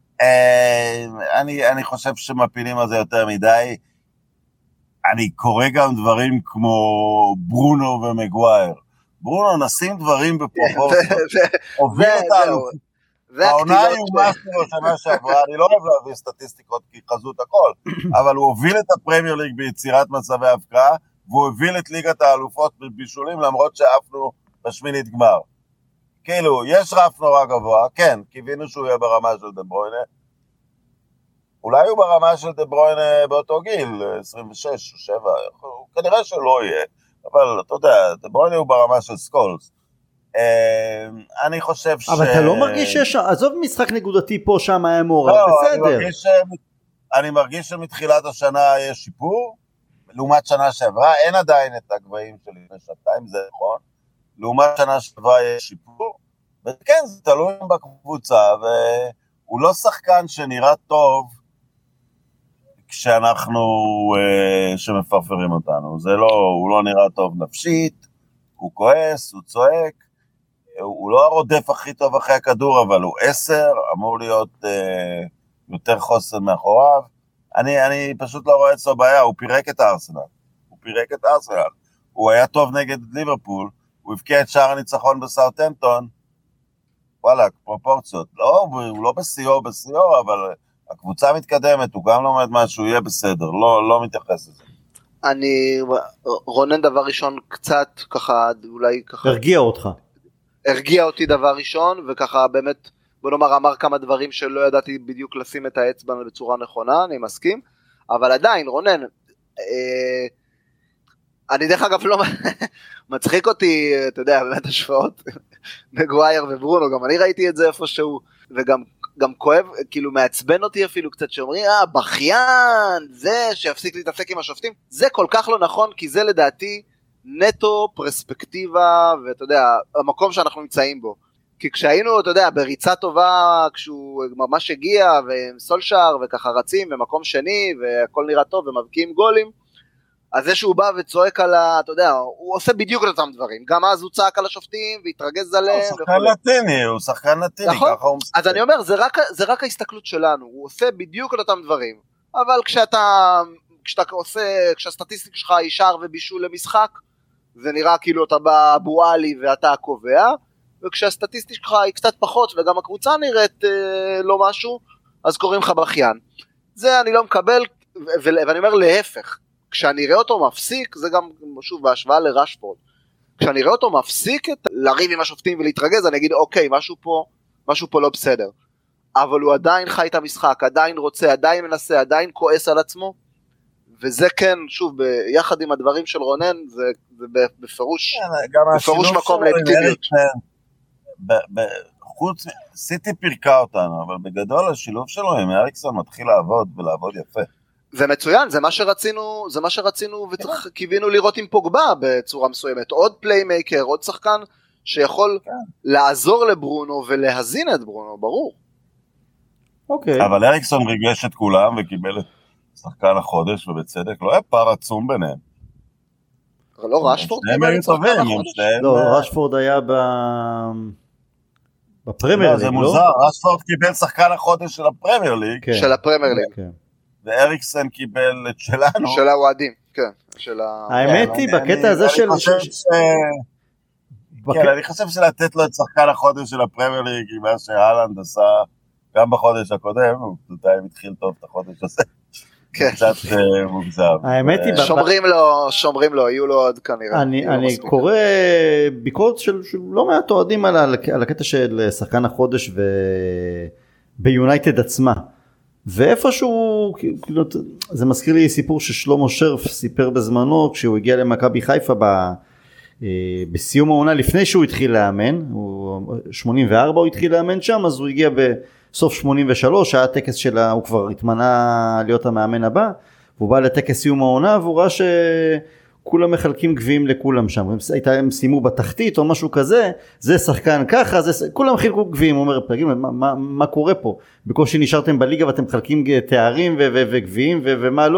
אני חושב שמפילים על זה יותר מדי, אני קורא גם דברים כמו ברונו ומגווייר. ברונו נשים דברים בפרופורציות, הוביל אותנו. העונה היא משהו בשנה שעברה, אני לא אוהב להביא סטטיסטיקות כי חזות הכל, אבל הוא הוביל את הפרמייר ליג ביצירת מצבי הבקעה, והוא הוביל את ליגת האלופות בבישולים, למרות שאפנו בשמינית גמר. כאילו, יש רף נורא גבוה, כן, קיווינו שהוא יהיה ברמה של דה ברוינה, אולי הוא ברמה של דה ברוינה באותו גיל, 26 או 7, כנראה שלא יהיה, אבל אתה יודע, דה ברוינה הוא ברמה של סקולס. אני חושב אבל אתה לא מרגיש שיש, עזוב משחק נקודתי פה שם היה מעורב, בסדר. אני מרגיש שמתחילת השנה יש שיפור, לעומת שנה שעברה, אין עדיין את הגבהים של לפני שנתיים, זה נכון, לעומת שנה שעברה יש שיפור, וכן, זה תלוי בקבוצה, והוא לא שחקן שנראה טוב, כשאנחנו, שמפרפרים אותנו, זה לא, הוא לא נראה טוב נפשית, הוא כועס, הוא צועק, הוא לא הרודף הכי טוב אחרי הכדור, אבל הוא 10, אמור להיות יותר חוסן מאחוריו, אני פשוט לא רואה אצלו בעיה, הוא פירק את הארסנל, הוא היה טוב נגד ליברפול, הוא הבקיע את שער הניצחון בסאות'המפטון, וואלה, פרופורציות, לא, הוא לא בסיור, אבל הקבוצה מתקדמת, הוא גם לומד משהו, יהיה בסדר, לא מתייחס לזה. רונן דבר ראשון קצת ככה, אולי ככה... הרגיע אותי דבר ראשון, וככה באמת, בוא נאמר, אמר כמה דברים שלא ידעתי בדיוק לשים את האצבע בצורה נכונה, אני מסכים, אבל עדיין, רונן, אני דרך אגב לא מצחיק אותי, אתה יודע, באמת השפעות, מגווייר וברונו, גם אני ראיתי את זה איפשהו, וגם כואב, כאילו מעצבן אותי אפילו קצת שאומרים, בכיין, זה שיפסיק להתעסק עם השופטים, זה כל כך לא נכון, כי זה לדעתי נטו פרספקטיבה, ואתה יודע, המקום שאנחנו נמצאים בו, כי כשהיינו, אתה יודע, בריצה טובה, כשהוא ממש הגיע, וסולשאר, וככה רצים, ומקום שני, והכל נראה טוב, ומבקיעים גולים, אז זה שהוא בא וצועק על אתה יודע, הוא עושה בדיוק את אותם דברים, גם אז הוא צעק על השופטים, והתרגז עליהם. הוא שחקן נתיני, ככה הוא משחק. אז אני אומר, זה רק ההסתכלות שלנו, הוא עושה בדיוק את אותם דברים, אבל כשהסטטיסטיקה שלך היא שער ובישול למשחק, זה נראה כאילו אתה בבואלי ואתה הקובע, וכשהסטטיסטיקה שלך היא קצת פחות, וגם הקבוצה נראית לא משהו, אז קוראים לך בכיין. זה אני לא מקבל, ואני אומר להפך, כשאני אראה אותו מפסיק, זה גם שוב בהשוואה לרשפורד, כשאני אראה אותו מפסיק לריב עם השופטים ולהתרגז, אני אגיד אוקיי, משהו פה לא בסדר, אבל הוא עדיין חי את המשחק, עדיין רוצה, עדיין מנסה, עדיין כועס על עצמו, וזה כן, שוב, ביחד עם הדברים של רונן, זה בפירוש מקום לאקטיביות. חוץ, סיטי פירקה אותנו, אבל בגדול השילוב שלו עם אריקסון מתחיל לעבוד, ולעבוד יפה. זה מצוין, זה מה שרצינו וקיווינו לראות עם פוגבה בצורה מסוימת, עוד פליימייקר, עוד שחקן שיכול לעזור לברונו ולהזין את ברונו, ברור. אוקיי. אבל אריקסון ריגש את כולם וקיבל את שחקן החודש, ובצדק לא היה פער עצום ביניהם. לא, רשפורד קיבל את שחקן החודש? לא, רשפורד היה בפרמייר ליג, לא? זה מוזר, רשפורד קיבל שחקן החודש של הפרמייר ליג. של הפרמייר ליג. ואריקסן קיבל את שלנו. של האוהדים, כן. האמת היא, בקטע הזה של... אני חושב שלתת לו את שחקן החודש של הפרמייר ליג, מה שהלנד עשה גם בחודש הקודם, הוא בינתיים התחיל טוב את החודש הזה. קצת מוגזם. האמת היא... שומרים לו, יהיו לו עוד כנראה. אני קורא ביקורת של לא מעט אוהדים על הקטע של שחקן החודש ביונייטד עצמה. ואיפשהו, זה מזכיר לי סיפור ששלמה שרף סיפר בזמנו, כשהוא הגיע למכבי חיפה בסיום העונה, לפני שהוא התחיל לאמן, 84 הוא התחיל לאמן שם, אז הוא הגיע בסוף 83, היה טקס שלה, הוא כבר התמנה להיות המאמן הבא, והוא בא לטקס סיום העונה, והוא ראה שכולם מחלקים גביעים לכולם שם, הם סיימו בתחתית או משהו כזה, זה שחקן ככה, כולם חילקו גביעים, הוא אומר, מה קורה פה? בקושי נשארתם בליגה ואתם מחלקים תארים וגביעים ומה לא?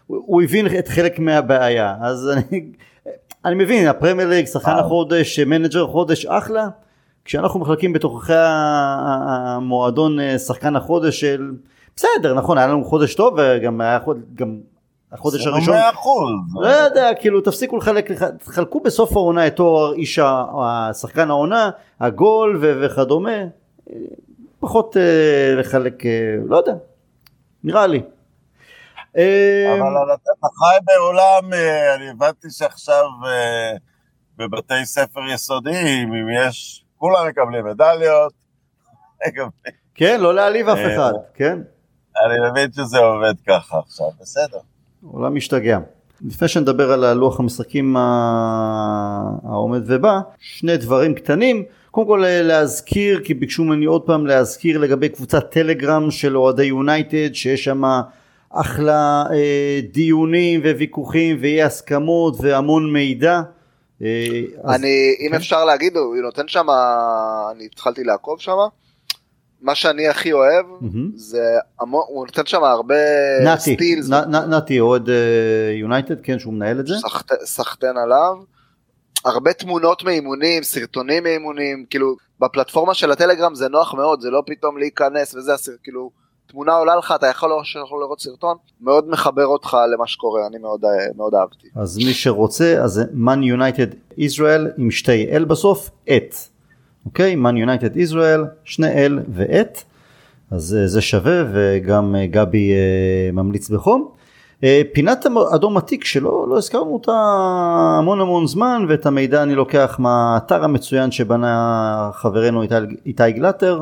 הוא הבין את חלק מהבעיה, אז אני מבין, הפרמייר ליג, שחקן החודש, מנג'ר חודש, אחלה, כשאנחנו מחלקים בתוככי המועדון שחקן החודש של, בסדר, נכון, היה לנו חודש טוב, וגם היה החודש הראשון, 100%. לא יודע, כאילו תפסיקו תחלקו בסוף העונה את תואר איש השחקן העונה, הגול וכדומה, פחות לחלק, לא יודע, נראה לי. אבל אתה חי בעולם, אני הבנתי שעכשיו בבתי ספר יסודיים, אם יש, כולם מקבלים מדליות. כן, לא להעליב אף אחד, כן. אני מבין שזה עובד ככה עכשיו, בסדר. עולם משתגע. לפני שנדבר על הלוח המשחקים העומד ובא, שני דברים קטנים. קודם כל להזכיר, כי ביקשו ממני עוד פעם להזכיר לגבי קבוצת טלגרם של אוהדי יונייטד, שיש שם אחלה דיונים וויכוחים ואי הסכמות והמון מידע. אם אפשר להגיד, הוא נותן שם, אני התחלתי לעקוב שם, מה שאני הכי אוהב, זה, הוא נותן שם הרבה סטילס. נתי, אוהד יונייטד, כן, שהוא מנהל את זה. סחטן עליו. הרבה תמונות מאימונים, סרטונים מאימונים, כאילו, בפלטפורמה של הטלגרם זה נוח מאוד, זה לא פתאום להיכנס וזה, כאילו, תמונה עולה לך, אתה יכול לראות סרטון, מאוד מחבר אותך למה שקורה, אני מאוד אהבתי. אז מי שרוצה, אז Man United Israel עם שתי L בסוף, את. אוקיי? Man United Israel, שני L ואת. אז זה שווה, וגם גבי ממליץ בחום. פינת אדום עתיק שלא הזכרנו אותה המון זמן, ואת המידע אני לוקח מהאתר המצוין שבנה חברנו איתי גלטר,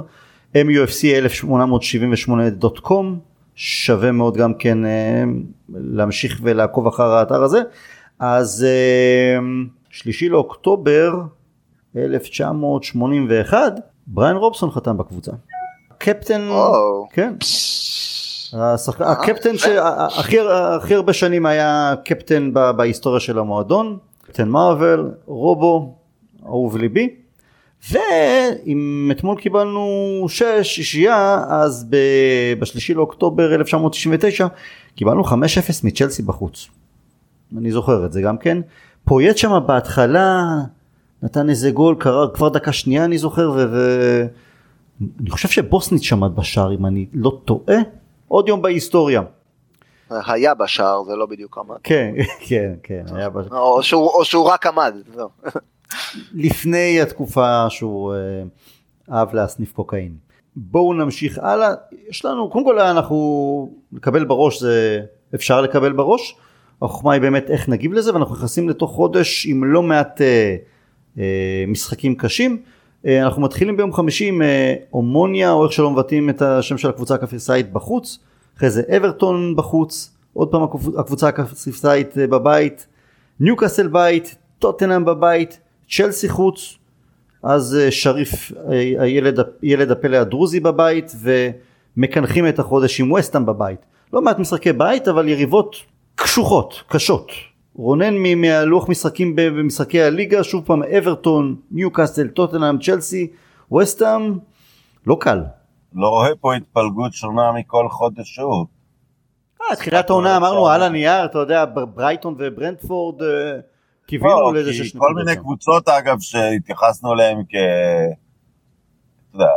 MUFC1878.com, שווה מאוד גם כן להמשיך ולעקוב אחר האתר הזה. אז 3 לאוקטובר 1981, בריין רובסון חתם בקבוצה. קפטן, כן. הקפטן שהכי הרבה שנים היה קפטן בהיסטוריה של המועדון, קפטן מרוול, רובו, אהוב ליבי. ואם אתמול קיבלנו 6, אז ב3 לאוקטובר 1999 קיבלנו 5-0 מצ'לסי בחוץ. אני זוכר את זה גם כן. פויט שם בהתחלה נתן איזה גול, קרה כבר דקה שנייה אני זוכר, ואני חושב שבוסניץ' שמד בשער אם אני לא טועה. עוד יום בהיסטוריה. היה בשער, זה לא בדיוק עמד. כן, היה בשער. או שהוא רק עמד, זהו. לפני התקופה שהוא אהב להסניף קוקאין. בואו נמשיך הלאה. יש לנו, קודם כל אנחנו לקבל בראש, זה אפשר לקבל בראש. החוכמה היא באמת איך נגיב לזה, ואנחנו נכנסים לתוך חודש עם לא מעט משחקים קשים. אנחנו מתחילים ביום חמישי עם אומוניה, או איך שלא מבטאים את השם של הקבוצה הקפריסאית בחוץ, אחרי זה אברטון בחוץ, עוד פעם הקבוצה הקפריסאית בבית, ניוקאסל בית, טוטנהאם בבית, צ'לסי חוץ, אז שריף ילד הפלא הדרוזי בבית, ומקנחים את החודש עם וסטהאם בבית. לא מעט משחקי בית, אבל יריבות קשוחות, קשות. רונן מהלוח משחקים במשחקי הליגה, שוב פעם אברטון, ניוקאסל, טוטנהאם, צ'לסי, וסטהאם, לא קל. לא רואה פה התפלגות שונה מכל חודש שהוא. תחילת העונה אמרנו על הנייר, אתה יודע, ברייטון וברנטפורד, קיווינו לאיזה 6 נקודות. כל מיני קבוצות אגב שהתייחסנו אליהן אתה יודע,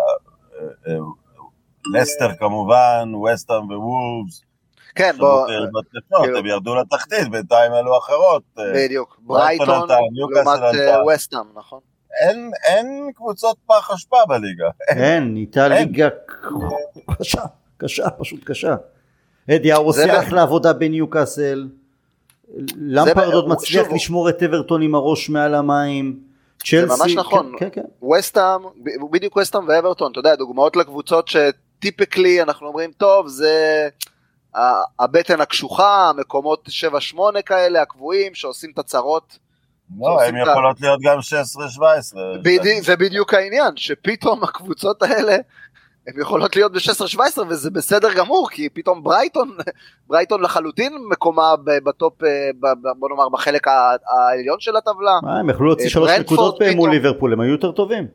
לסטר כמובן, וסטהאם ווולפס, כן, בוא, הם ירדו לתחתית, בינתיים אלו אחרות. בדיוק, ברייטון לעומת וסטהאם, נכון? אין קבוצות פח אשפה בליגה. אין, נהייתה ליגה קשה, פשוט קשה. אדיה עושה אחלה עבודה בניוקאסל, למפרד עוד מצליח לשמור את אברטון עם הראש מעל המים, צ'לסי. זה ממש נכון, וסטהאם, בדיוק וסטהאם ואברטון, אתה יודע, דוגמאות לקבוצות שטיפיקלי אנחנו אומרים, טוב, זה הבטן הקשוחה, המקומות 7-8 כאלה, הקבועים, שעושים את הצרות. לא, הם יכולות להיות גם 16-17. זה בדיוק העניין, שפתאום הקבוצות האלה, הם יכולות להיות ב-16-17, וזה בסדר גמור, כי פתאום ברייטון לחלוטין מקומה בטופ, בוא נאמר, בחלק העליון של הטבלה. הם יכלו להוציא 3 נקודות מול ליברפול, הם היו יותר טובים.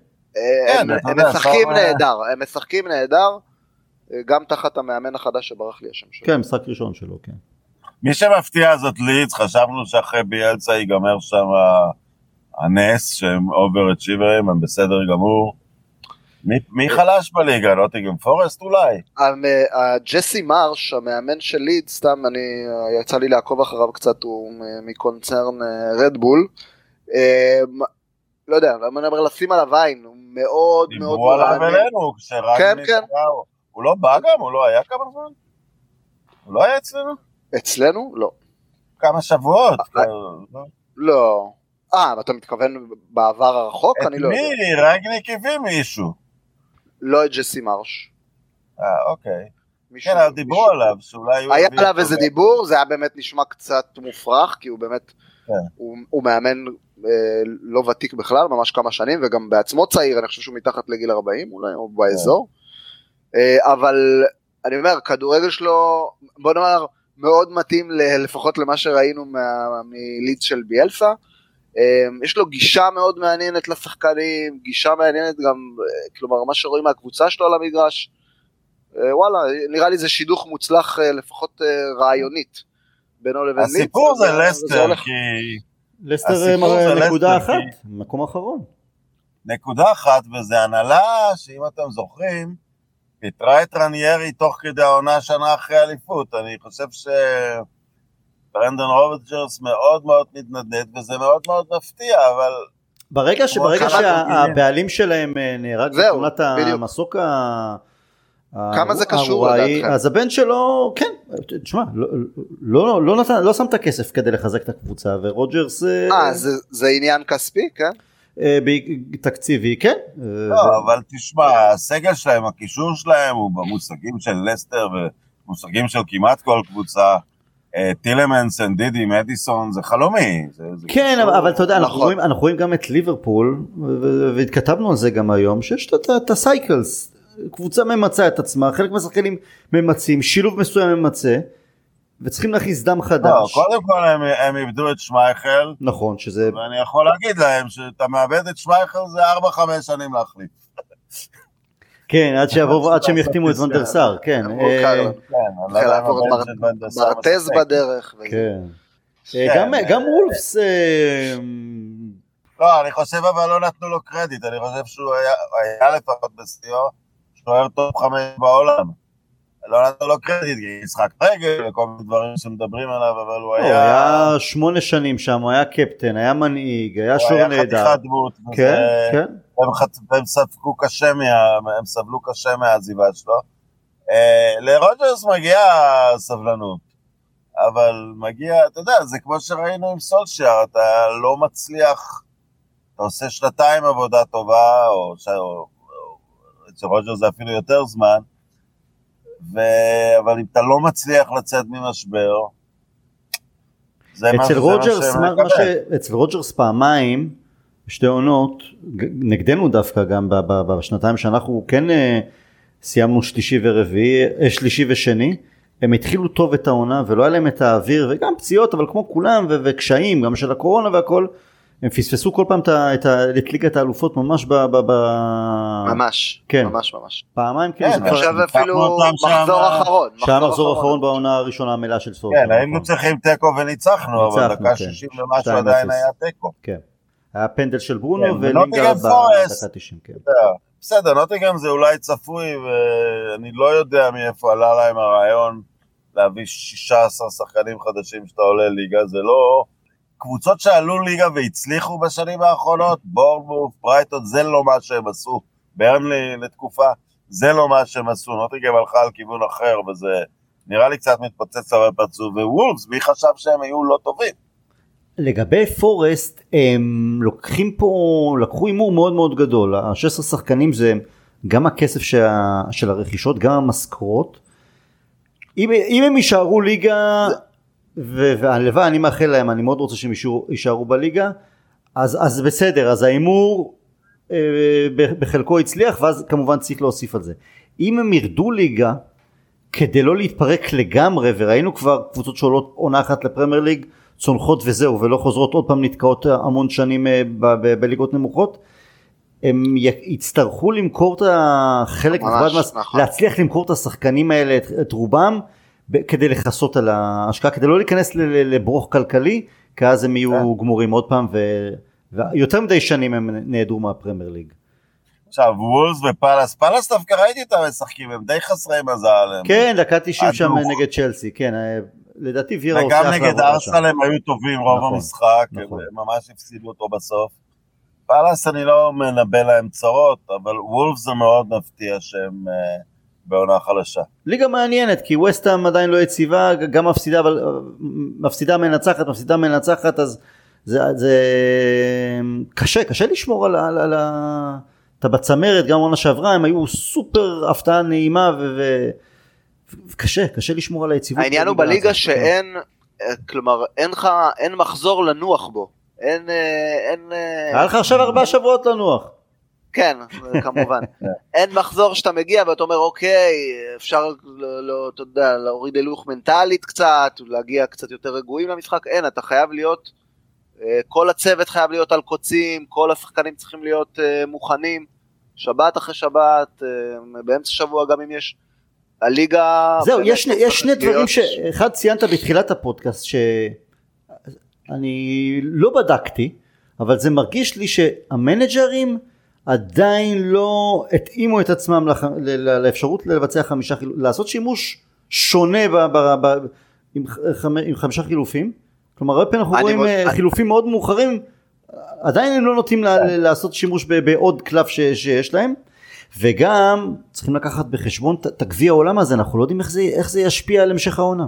הם משחקים נהדר, גם תחת המאמן החדש שברח לי השם שלו. כן, משחק ראשון שלו, כן. מי שמפתיע זאת לידס, חשבנו שאחרי ביאלצה ייגמר שם הנס, שהם אובר-אצ'יברים, הם בסדר גמור. מי חלש בליגה? נוטינגהאם פורסט אולי? ג'סי מרש, המאמן של לידס, סתם יצא לי לעקוב אחריו קצת, הוא מקונצרן רדבול. לא יודע, אני אומר לשים עליו עין, הוא מאוד מאוד... דיברו עליו אלינו, כשרק נתקעו. הוא לא בא גם? הוא לא היה כמה זמן? הוא לא היה אצלנו? אצלנו? לא. כמה שבועות? לא. אתה מתכוון בעבר הרחוק? אני לא יודע. את מי? רגניק הביא מישהו. לא את ג'סי מרש. אוקיי. כן, אבל דיברו עליו, שאולי... היה עליו איזה דיבור, זה היה באמת נשמע קצת מופרך, כי הוא באמת, הוא מאמן לא ותיק בכלל, ממש כמה שנים, וגם בעצמו צעיר, אני חושב שהוא מתחת לגיל 40, אולי, או באזור. אבל אני אומר, כדורגל שלו, בוא נאמר, מאוד מתאים לפחות למה שראינו מלידס של ביאלסה. יש לו גישה מאוד מעניינת לשחקנים, גישה מעניינת גם, כלומר, מה שרואים מהקבוצה שלו על המגרש, וואלה, נראה לי זה שידוך מוצלח לפחות רעיונית בינו לבין לידס. הסיפור זה לסטר, כי... לסטר נקודה אחת, מקום אחרון. נקודה אחת, וזה הנהלה שאם אתם זוכרים, פיתרה את רניירי תוך כדי העונה שנה אחרי אליפות. אני חושב ברנדון רוג'רס מאוד מאוד מתנדנד, וזה מאוד מאוד מפתיע, אבל... ברגע שהבעלים שלהם נהרג בתאונת המסוק כמה זה קשור לדעתכם? אז הבן שלו, כן, תשמע, לא שם את הכסף כדי לחזק את הקבוצה, ורוג'רס... זה עניין כספי, כן? תקציבי, כן. לא, אבל תשמע, הסגל שלהם, הקישור שלהם, הוא במושגים של לסטר, ומושגים של כמעט כל קבוצה, טילמנס, אנדידי, מדיסון, זה חלומי. כן, אבל אתה יודע, אנחנו רואים גם את ליברפול, והתכתבנו על זה גם היום, שיש את הסייקלס, קבוצה ממצה את עצמה, חלק מהשחקנים ממצים, שילוב מסוים ממצה, וצריכים להכניס דם חדש. קודם כל הם איבדו את שמייכל. נכון, שזה... ואני יכול להגיד להם שאתה מאבד את שמייכל זה 4-5 שנים להחליף. כן, עד שהם יחתימו את ונדר סאר, כן. מרטז בדרך. כן. גם וולפס... לא, אני חושב אבל לא נתנו לו קרדיט, אני חושב שהוא היה לפחות בסיוע, שוער טופ 5 בעולם. לא נתנו לו קרדיט, כי משחק רגל וכל מיני דברים שמדברים עליו, אבל הוא היה... 8 שנים שם, הוא היה קפטן, היה מנהיג, היה שוער נהדר. הוא היה חתיכת דמות. כן, כן. הם סבלו קשה מהעזיבה שלו. לרוג'רס מגיעה סבלנות, אבל מגיע, אתה יודע, זה כמו שראינו עם סולשייר, אתה לא מצליח, אתה עושה 2 עבודה טובה, או אצל רוג'רס זה אפילו יותר זמן, אבל אם אתה לא מצליח לצאת ממשבר, זה מה אצל רוג'רס פעמיים, 2 עונות, נגדנו דווקא גם בשנתיים שאנחנו כן סיימנו שלישי ושני, הם התחילו טוב את העונה ולא היה להם את האוויר וגם פציעות, אבל כמו כולם וקשיים, גם של הקורונה והכל, הם פספסו כל פעם את ליגת האלופות ממש ממש, כן. ממש. פעמיים כן, אני חושב אפילו מחזור אחרון. שהיה מחזור אחרון בעונה הראשונה המלאה של סוף. כן, היינו צריכים טקו וניצחנו, אבל דקה 60 ומשהו עדיין היה טקו. כן, היה פנדל של ברונו ולינגרד בדקה 90. בסדר, נוטינגהאם זה אולי צפוי, ואני לא יודע מאיפה עלה להם הרעיון להביא 16 שחקנים חדשים שאתה עולה ליגה, זה לא... קבוצות שעלו ליגה והצליחו בשנים האחרונות, בורנמות', ברייטון, זה לא מה שהם עשו, ברנלי לתקופה, זה לא מה שהם עשו, נוטינגהאם הלכה על כיוון אחר, וזה נראה לי קצת מתפוצץ על הפרצוף, ווולפס, מי חשב שהם היו לא טובים? לגבי פורסט, הם לקחו אימור מאוד מאוד גדול, ה-16 שחקנים זה גם הכסף של הרכישות, גם המשכורות, אם הם יישארו ליגה... והלוואי, אני מאחל להם, אני מאוד רוצה שהם יישארו בליגה, אז בסדר, אז האימור בחלקו הצליח, ואז כמובן צריך להוסיף על זה. אם הם ירדו ליגה, כדי לא להתפרק לגמרי, וראינו כבר קבוצות שעולות עונה אחת לפרמייר ליג, צונחות וזהו, ולא חוזרות עוד פעם נתקעות המון שנים בליגות נמוכות, הם יצטרכו למכור את החלק, להצליח למכור את השחקנים האלה, את רובם, כדי לחסות על ההשקעה, כדי לא להיכנס לברוך כלכלי, כי אז הם יהיו גמורים עוד פעם, ויותר מדי שנים הם נעדרו מהפרמייר ליג. עכשיו, וולס ופלס, פלס דווקא ראיתי אותם משחקים, הם די חסרי מזל. כן, דקה 90 שם נגד צ'לסי, כן, לדעתי וירה עושה אחלה. וגם נגד ארסנל הם היו טובים רוב המשחק, הם ממש הפסידו אותו בסוף. פלס אני לא מנבא להם צרות, אבל וולף זה מאוד מפתיע שהם בעונה חלשה. ליגה מעניינת, כי ווסטהאם עדיין לא יציבה, גם מפסידה, אבל מפסידה מנצחת, אז זה קשה לשמור על אתה בצמרת, גם עונה שעברה, הם היו סופר הפתעה נעימה, וקשה לשמור על היציבות. העניין הוא בליגה שאין, כלומר, אין מחזור לנוח בו. היה לך עכשיו 4 שבועות לנוח. כן, כמובן. אין מחזור שאתה מגיע ואתה אומר, אוקיי, אפשר אתה יודע, להוריד הילוך מנטלית קצת, להגיע קצת יותר רגועים למשחק. אין, אתה חייב להיות, כל הצוות חייב להיות על קוצים, כל השחקנים צריכים להיות מוכנים, שבת אחרי שבת, באמצע שבוע גם אם יש הליגה... זהו, יש שני דברים שאחד ציינת בתחילת הפודקאסט, שאני לא בדקתי, אבל זה מרגיש לי שהמנג'רים עדיין לא התאימו את עצמם לאפשרות לבצע 5 חילופים, לעשות שימוש שונה עם 5 חילופים, כלומר הרבה פעמים אנחנו רואים חילופים מאוד מאוחרים, עדיין הם לא נוטים לעשות שימוש בעוד קלף שיש להם, וגם צריכים לקחת בחשבון את גביע העולם הזה, אנחנו לא יודעים איך זה ישפיע על המשך העונה.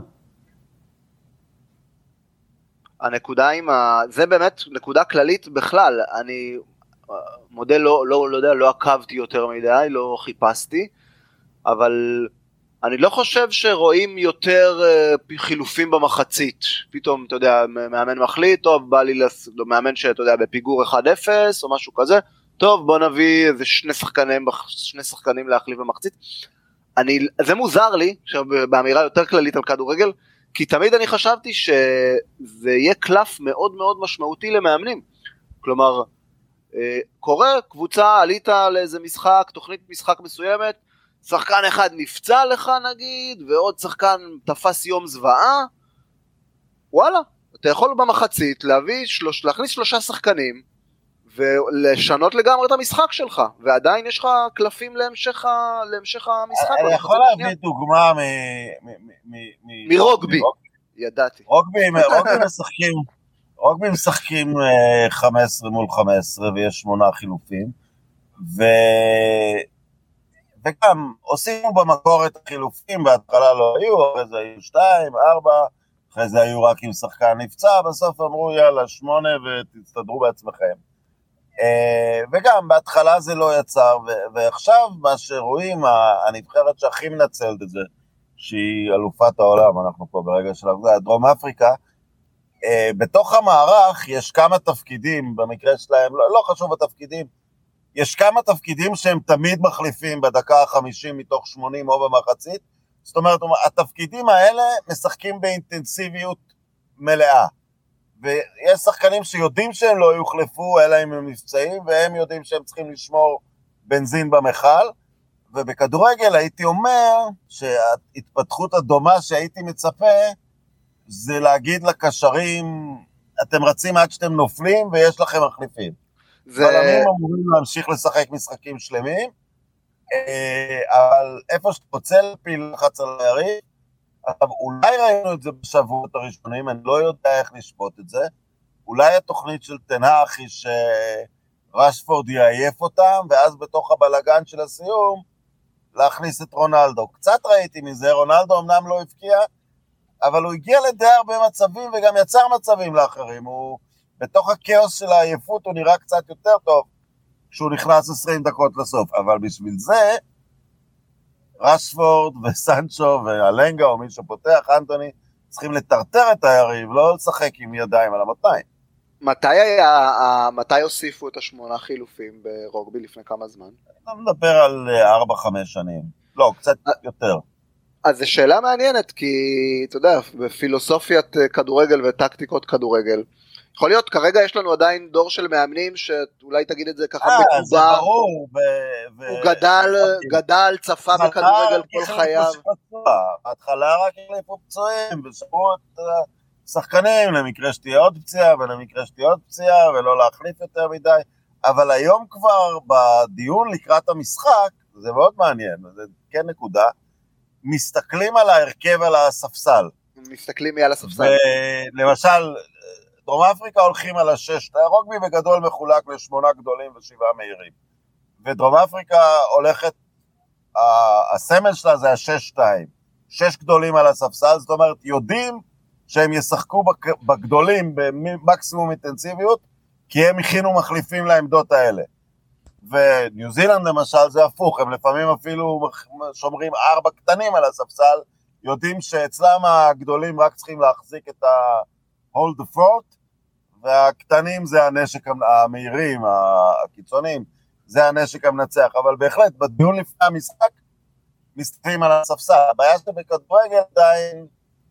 הנקודה זה באמת נקודה כללית בכלל, אני מודה לא עקבתי יותר מדי, לא חיפשתי, אבל אני לא חושב שרואים יותר חילופים במחצית, פתאום אתה יודע, מאמן מחליט, טוב בא לי מאמן שאתה יודע בפיגור 1-0 או משהו כזה, טוב בוא נביא איזה 2 שחקנים להחליף במחצית, זה מוזר לי, באמירה יותר כללית על כדורגל, כי תמיד אני חשבתי שזה יהיה קלף מאוד מאוד משמעותי למאמנים, כלומר, קורה, קבוצה, עלית לאיזה משחק, תוכנית משחק מסוימת, שחקן אחד נפצע לך נגיד, ועוד שחקן תפס יום זוועה, וואלה, אתה יכול במחצית להכניס 3 שחקנים, ולשנות לגמרי את המשחק שלך, ועדיין יש לך קלפים להמשך המשחק. אני יכול להביא דוגמה מרוגבי, ידעתי. רוגבי משחקים 15 מול 15, ויש 8 חילופים, וגם עושים במקור את החילופים, בהתחלה לא היו, אחרי זה היו 2, 4, אחרי זה היו רק עם שחקן נפצע, בסוף אמרו יאללה 8 ותסתדרו בעצמכם. וגם בהתחלה זה לא יצר, ועכשיו מה שרואים, הנבחרת שהכי מנצלת את זה, שהיא אלופת העולם, אנחנו פה ברגע של דרום אפריקה, בתוך המערך יש כמה תפקידים, במקרה שלהם, לא חשוב התפקידים, יש כמה תפקידים שהם תמיד מחליפים בדקה ה-50 מתוך 80 או במחצית, זאת אומרת, התפקידים האלה משחקים באינטנסיביות מלאה, ויש שחקנים שיודעים שהם לא יוחלפו, אלא אם הם מבצעים, והם יודעים שהם צריכים לשמור בנזין במחל, ובכדורגל הייתי אומר שההתפתחות הדומה שהייתי מצפה, זה להגיד לקשרים, אתם רצים עד שאתם נופלים ויש לכם מחליפים. בלמים אמורים להמשיך לשחק משחקים שלמים, אבל איפה שאתה רוצה להפיל לחץ על היריב, אולי ראינו את זה בשבועות הראשונים, אני לא יודע איך לשפוט את זה, אולי התוכנית של תנח היא שרשפורד יעייף אותם, ואז בתוך הבלגן של הסיום, להכניס את רונלדו. קצת ראיתי מזה, רונלדו אמנם לא הבקיע, אבל הוא הגיע לדי הרבה מצבים, וגם יצר מצבים לאחרים, הוא בתוך הכאוס של העייפות, הוא נראה קצת יותר טוב, כשהוא נכנס 20 דקות לסוף, אבל בשביל זה, רשפורד וסנצ'ו ואלנגה, או מי שפותח, אנטוני, צריכים לטרטר את היריב, לא לשחק עם ידיים על המותניים. מתי הוסיפו את 8 חילופים ברוגבי לפני כמה זמן? אני מדבר על 4-5 שנים, לא, קצת יותר. אז זו שאלה מעניינת, כי אתה יודע, בפילוסופיית כדורגל וטקטיקות כדורגל, יכול להיות, כרגע יש לנו עדיין דור של מאמנים שאולי תגיד את זה ככה מקובע. זה ברור. הוא גדל, צפה בכדורגל כל חייו. בהתחלה רק החליפו פצועים, ושמרו את השחקנים למקרה שתהיה עוד פציעה, ולמקרה שתהיה עוד פציעה, ולא להחליף יותר מדי. אבל היום כבר בדיון לקראת המשחק, זה מאוד מעניין, זה כן נקודה, מסתכלים על ההרכב על הספסל. מסתכלים מי על הספסל. למשל, דרום אפריקה הולכים על השש, הרוגבי בגדול מחולק ל8 גדולים ו7 מהירים. ודרום אפריקה הולכת, הסמל שלה זה ה6-2. 6 גדולים על הספסל, זאת אומרת, יודעים שהם ישחקו בגדולים במקסימום אינטנסיביות, כי הם הכינו מחליפים לעמדות האלה. וניו זילנד למשל זה הפוך, הם לפעמים אפילו שומרים 4 קטנים על הספסל, יודעים שאצלם הגדולים רק צריכים להחזיק את ה-hold the fort, והקטנים זה הנשק המהירים, הקיצוניים, זה הנשק המנצח, אבל בהחלט בדיון לפני המשחק מסתכלים על הספסל. הבעיה שאתה בכדורגל עדיין,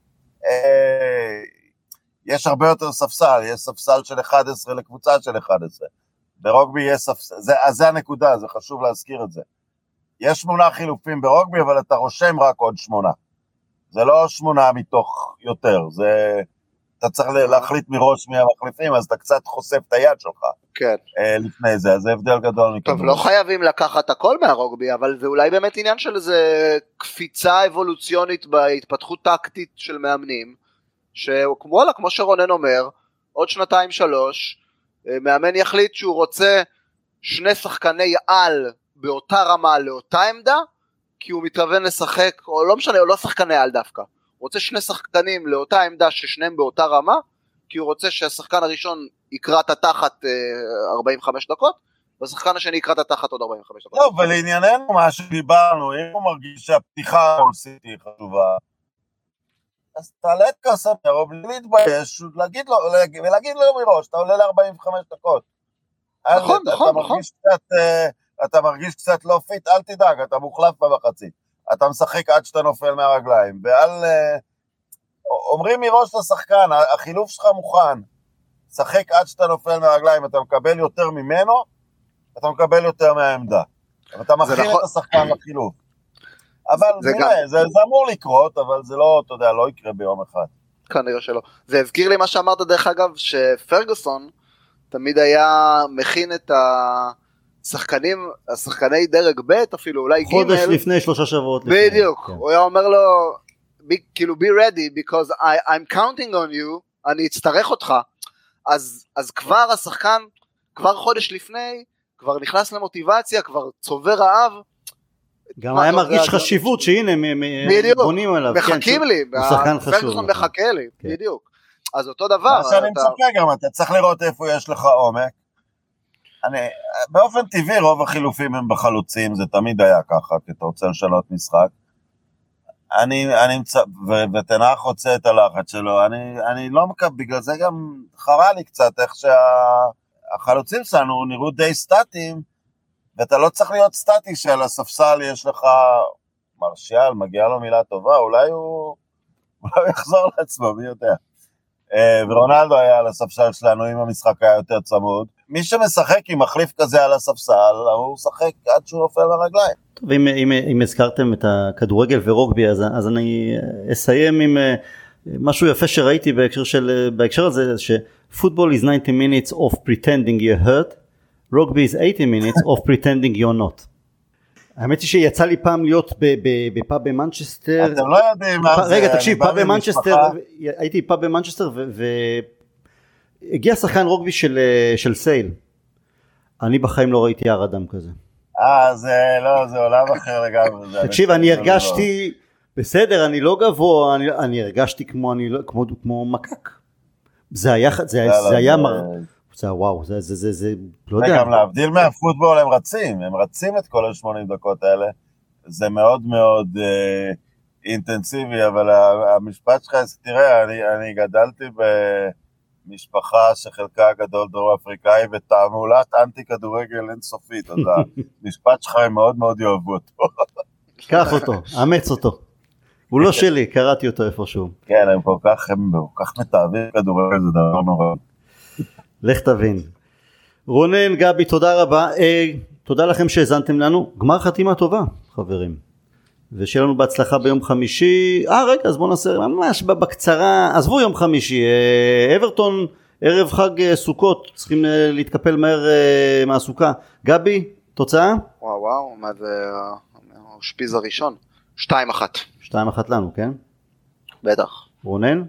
יש הרבה יותר ספסל, יש ספסל של 11 לקבוצה של 11, ברוגבי יש ספסל, אז זה הנקודה, זה חשוב להזכיר את זה. יש 8 חילופים ברוגבי, אבל אתה רושם רק עוד 8. זה לא 8 מתוך יותר, זה, אתה צריך להחליט מראש מי המחליפים, אז אתה קצת חושף את היד שלך. כן. לפני זה, אז זה הבדל גדול. טוב, לא חייבים לקחת הכל מהרוגבי, אבל זה אולי באמת עניין של איזה קפיצה אבולוציונית בהתפתחות טקטית של מאמנים, כמו שרונן אומר, עוד 2-3, מאמן יחליט שהוא רוצה 2 שחקני על באותה רמה לאותה עמדה, כי הוא מתכוון לשחק, או לא משנה, או לא שחקני על דווקא, הוא רוצה 2 שחקנים לאותה עמדה ששניהם באותה רמה, כי הוא רוצה שהשחקן הראשון יקרא את התחת 45 דקות, והשחקן השני יקרא את התחת עוד 45 דקות. טוב, ולענייננו מה שדיברנו, אם הוא מרגיש שהפתיחה מולסיטי היא חשובה, אז תעלה את קסמרו בלי להתבייש, ולהגיד לו מראש, אתה עולה ל-45 דקות. נכון. אתה מרגיש קצת לא פיט, אל תדאג, אתה מוחלף במחצית. אתה משחק עד שאתה נופל מהרגליים, אומרים מראש לשחקן, החילוף שלך מוכן, שחק עד שאתה נופל מהרגליים, אתה מקבל יותר ממנו, אתה מקבל יותר מהעמדה. אתה מכין את השחקן לחילוף. אבל זה אמור לקרות, אבל זה לא, אתה יודע, לא יקרה ביום אחד. כנראה שלא. זה הזכיר לי מה שאמרת דרך אגב, שפרגוסון תמיד היה מכין את השחקני דרג ב' אפילו, אולי ג' חודש לפני 3 שבועות. בדיוק, הוא היה אומר לו, כאילו be ready, because I'm counting on you, אני אצטרך אותך, אז כבר השחקן, כבר חודש לפני, כבר נכנס למוטיבציה, כבר צובר רעב, גם היה מרגיש חשיבות שהנה בונים עליו, מחכים לי, פרגוסון מחכה לי, בדיוק, אז אותו דבר. מה שאני מצפה גם, אתה צריך לראות איפה יש לך עומק, באופן טבעי רוב החילופים הם בחלוצים, זה תמיד היה ככה, כי אתה רוצה לשנות משחק, ותנח רוצה את הלחץ שלו, אני לא מקבל, בגלל זה גם חרה לי קצת, איך שהחלוצים שלנו נראו די סטטיים, ואתה לא צריך להיות סטטי שעל הספסל יש לך מרשיאל, מגיעה לו מילה טובה, אולי הוא יחזור לעצמו, מי יודע. ורונלדו היה על הספסל שלנו, אם המשחק היה יותר צמוד. מי שמשחק עם מחליף כזה על הספסל, הוא משחק עד שהוא נופל ברגליים. טוב, אם הזכרתם את הכדורגל ורוגבי, אז אני אסיים עם משהו יפה שראיתי בהקשר הזה, שפוטבול is 90 minutes of pretending you're hurt, rugby is 80 minutes of pretending you're not. האמת היא שיצא לי פעם להיות בפאב במנצ'סטר. אתם לא יודעים מה זה. רגע, תקשיב, פאב במנצ'סטר, הייתי פאב במנצ'סטר והגיע שחקן רוגבי של סייל. אני בחיים לא ראיתי יער אדם כזה. זה עולם אחר לגמרי. תקשיב, אני הרגשתי, בסדר, אני לא גבוה, אני הרגשתי כמו מקק. זה היה וואו, זה לא יודע. וגם להבדיל מהפוטבול הם רצים את כל 80 דקות האלה, זה מאוד מאוד אינטנסיבי, אבל המשפט שלך, תראה, אני גדלתי במשפחה שחלקה הגדול דרום אפריקאי, ותעמולת אנטי כדורגל אינסופית, אז המשפט שלך הם מאוד מאוד יאהבו אותו. קח אותו, אמץ אותו. הוא לא שלי, קראתי אותו איפשהו. כן, הם כל כך מתאהבים כדורגל, זה דבר נורא. לך תבין. רונן, גבי, תודה רבה. תודה לכם שהזנתם לנו. גמר חתימה טובה, חברים. ושיהיה לנו בהצלחה ביום חמישי. רגע, אז בואו נעשה ממש בקצרה. עזבו יום חמישי. אברטון, ערב חג סוכות. צריכים להתקפל מהר מהסוכה. גבי, תוצאה? וואו, מה זה השפיז הראשון? 2-1. 2-1 לנו, כן? בטח. רונן?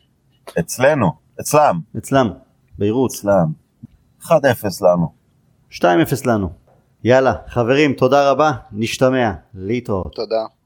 אצלם, ביירות. 1-0 לנו. 2-0 לנו. יאללה, חברים, תודה רבה, נשתמע, להתראות. תודה.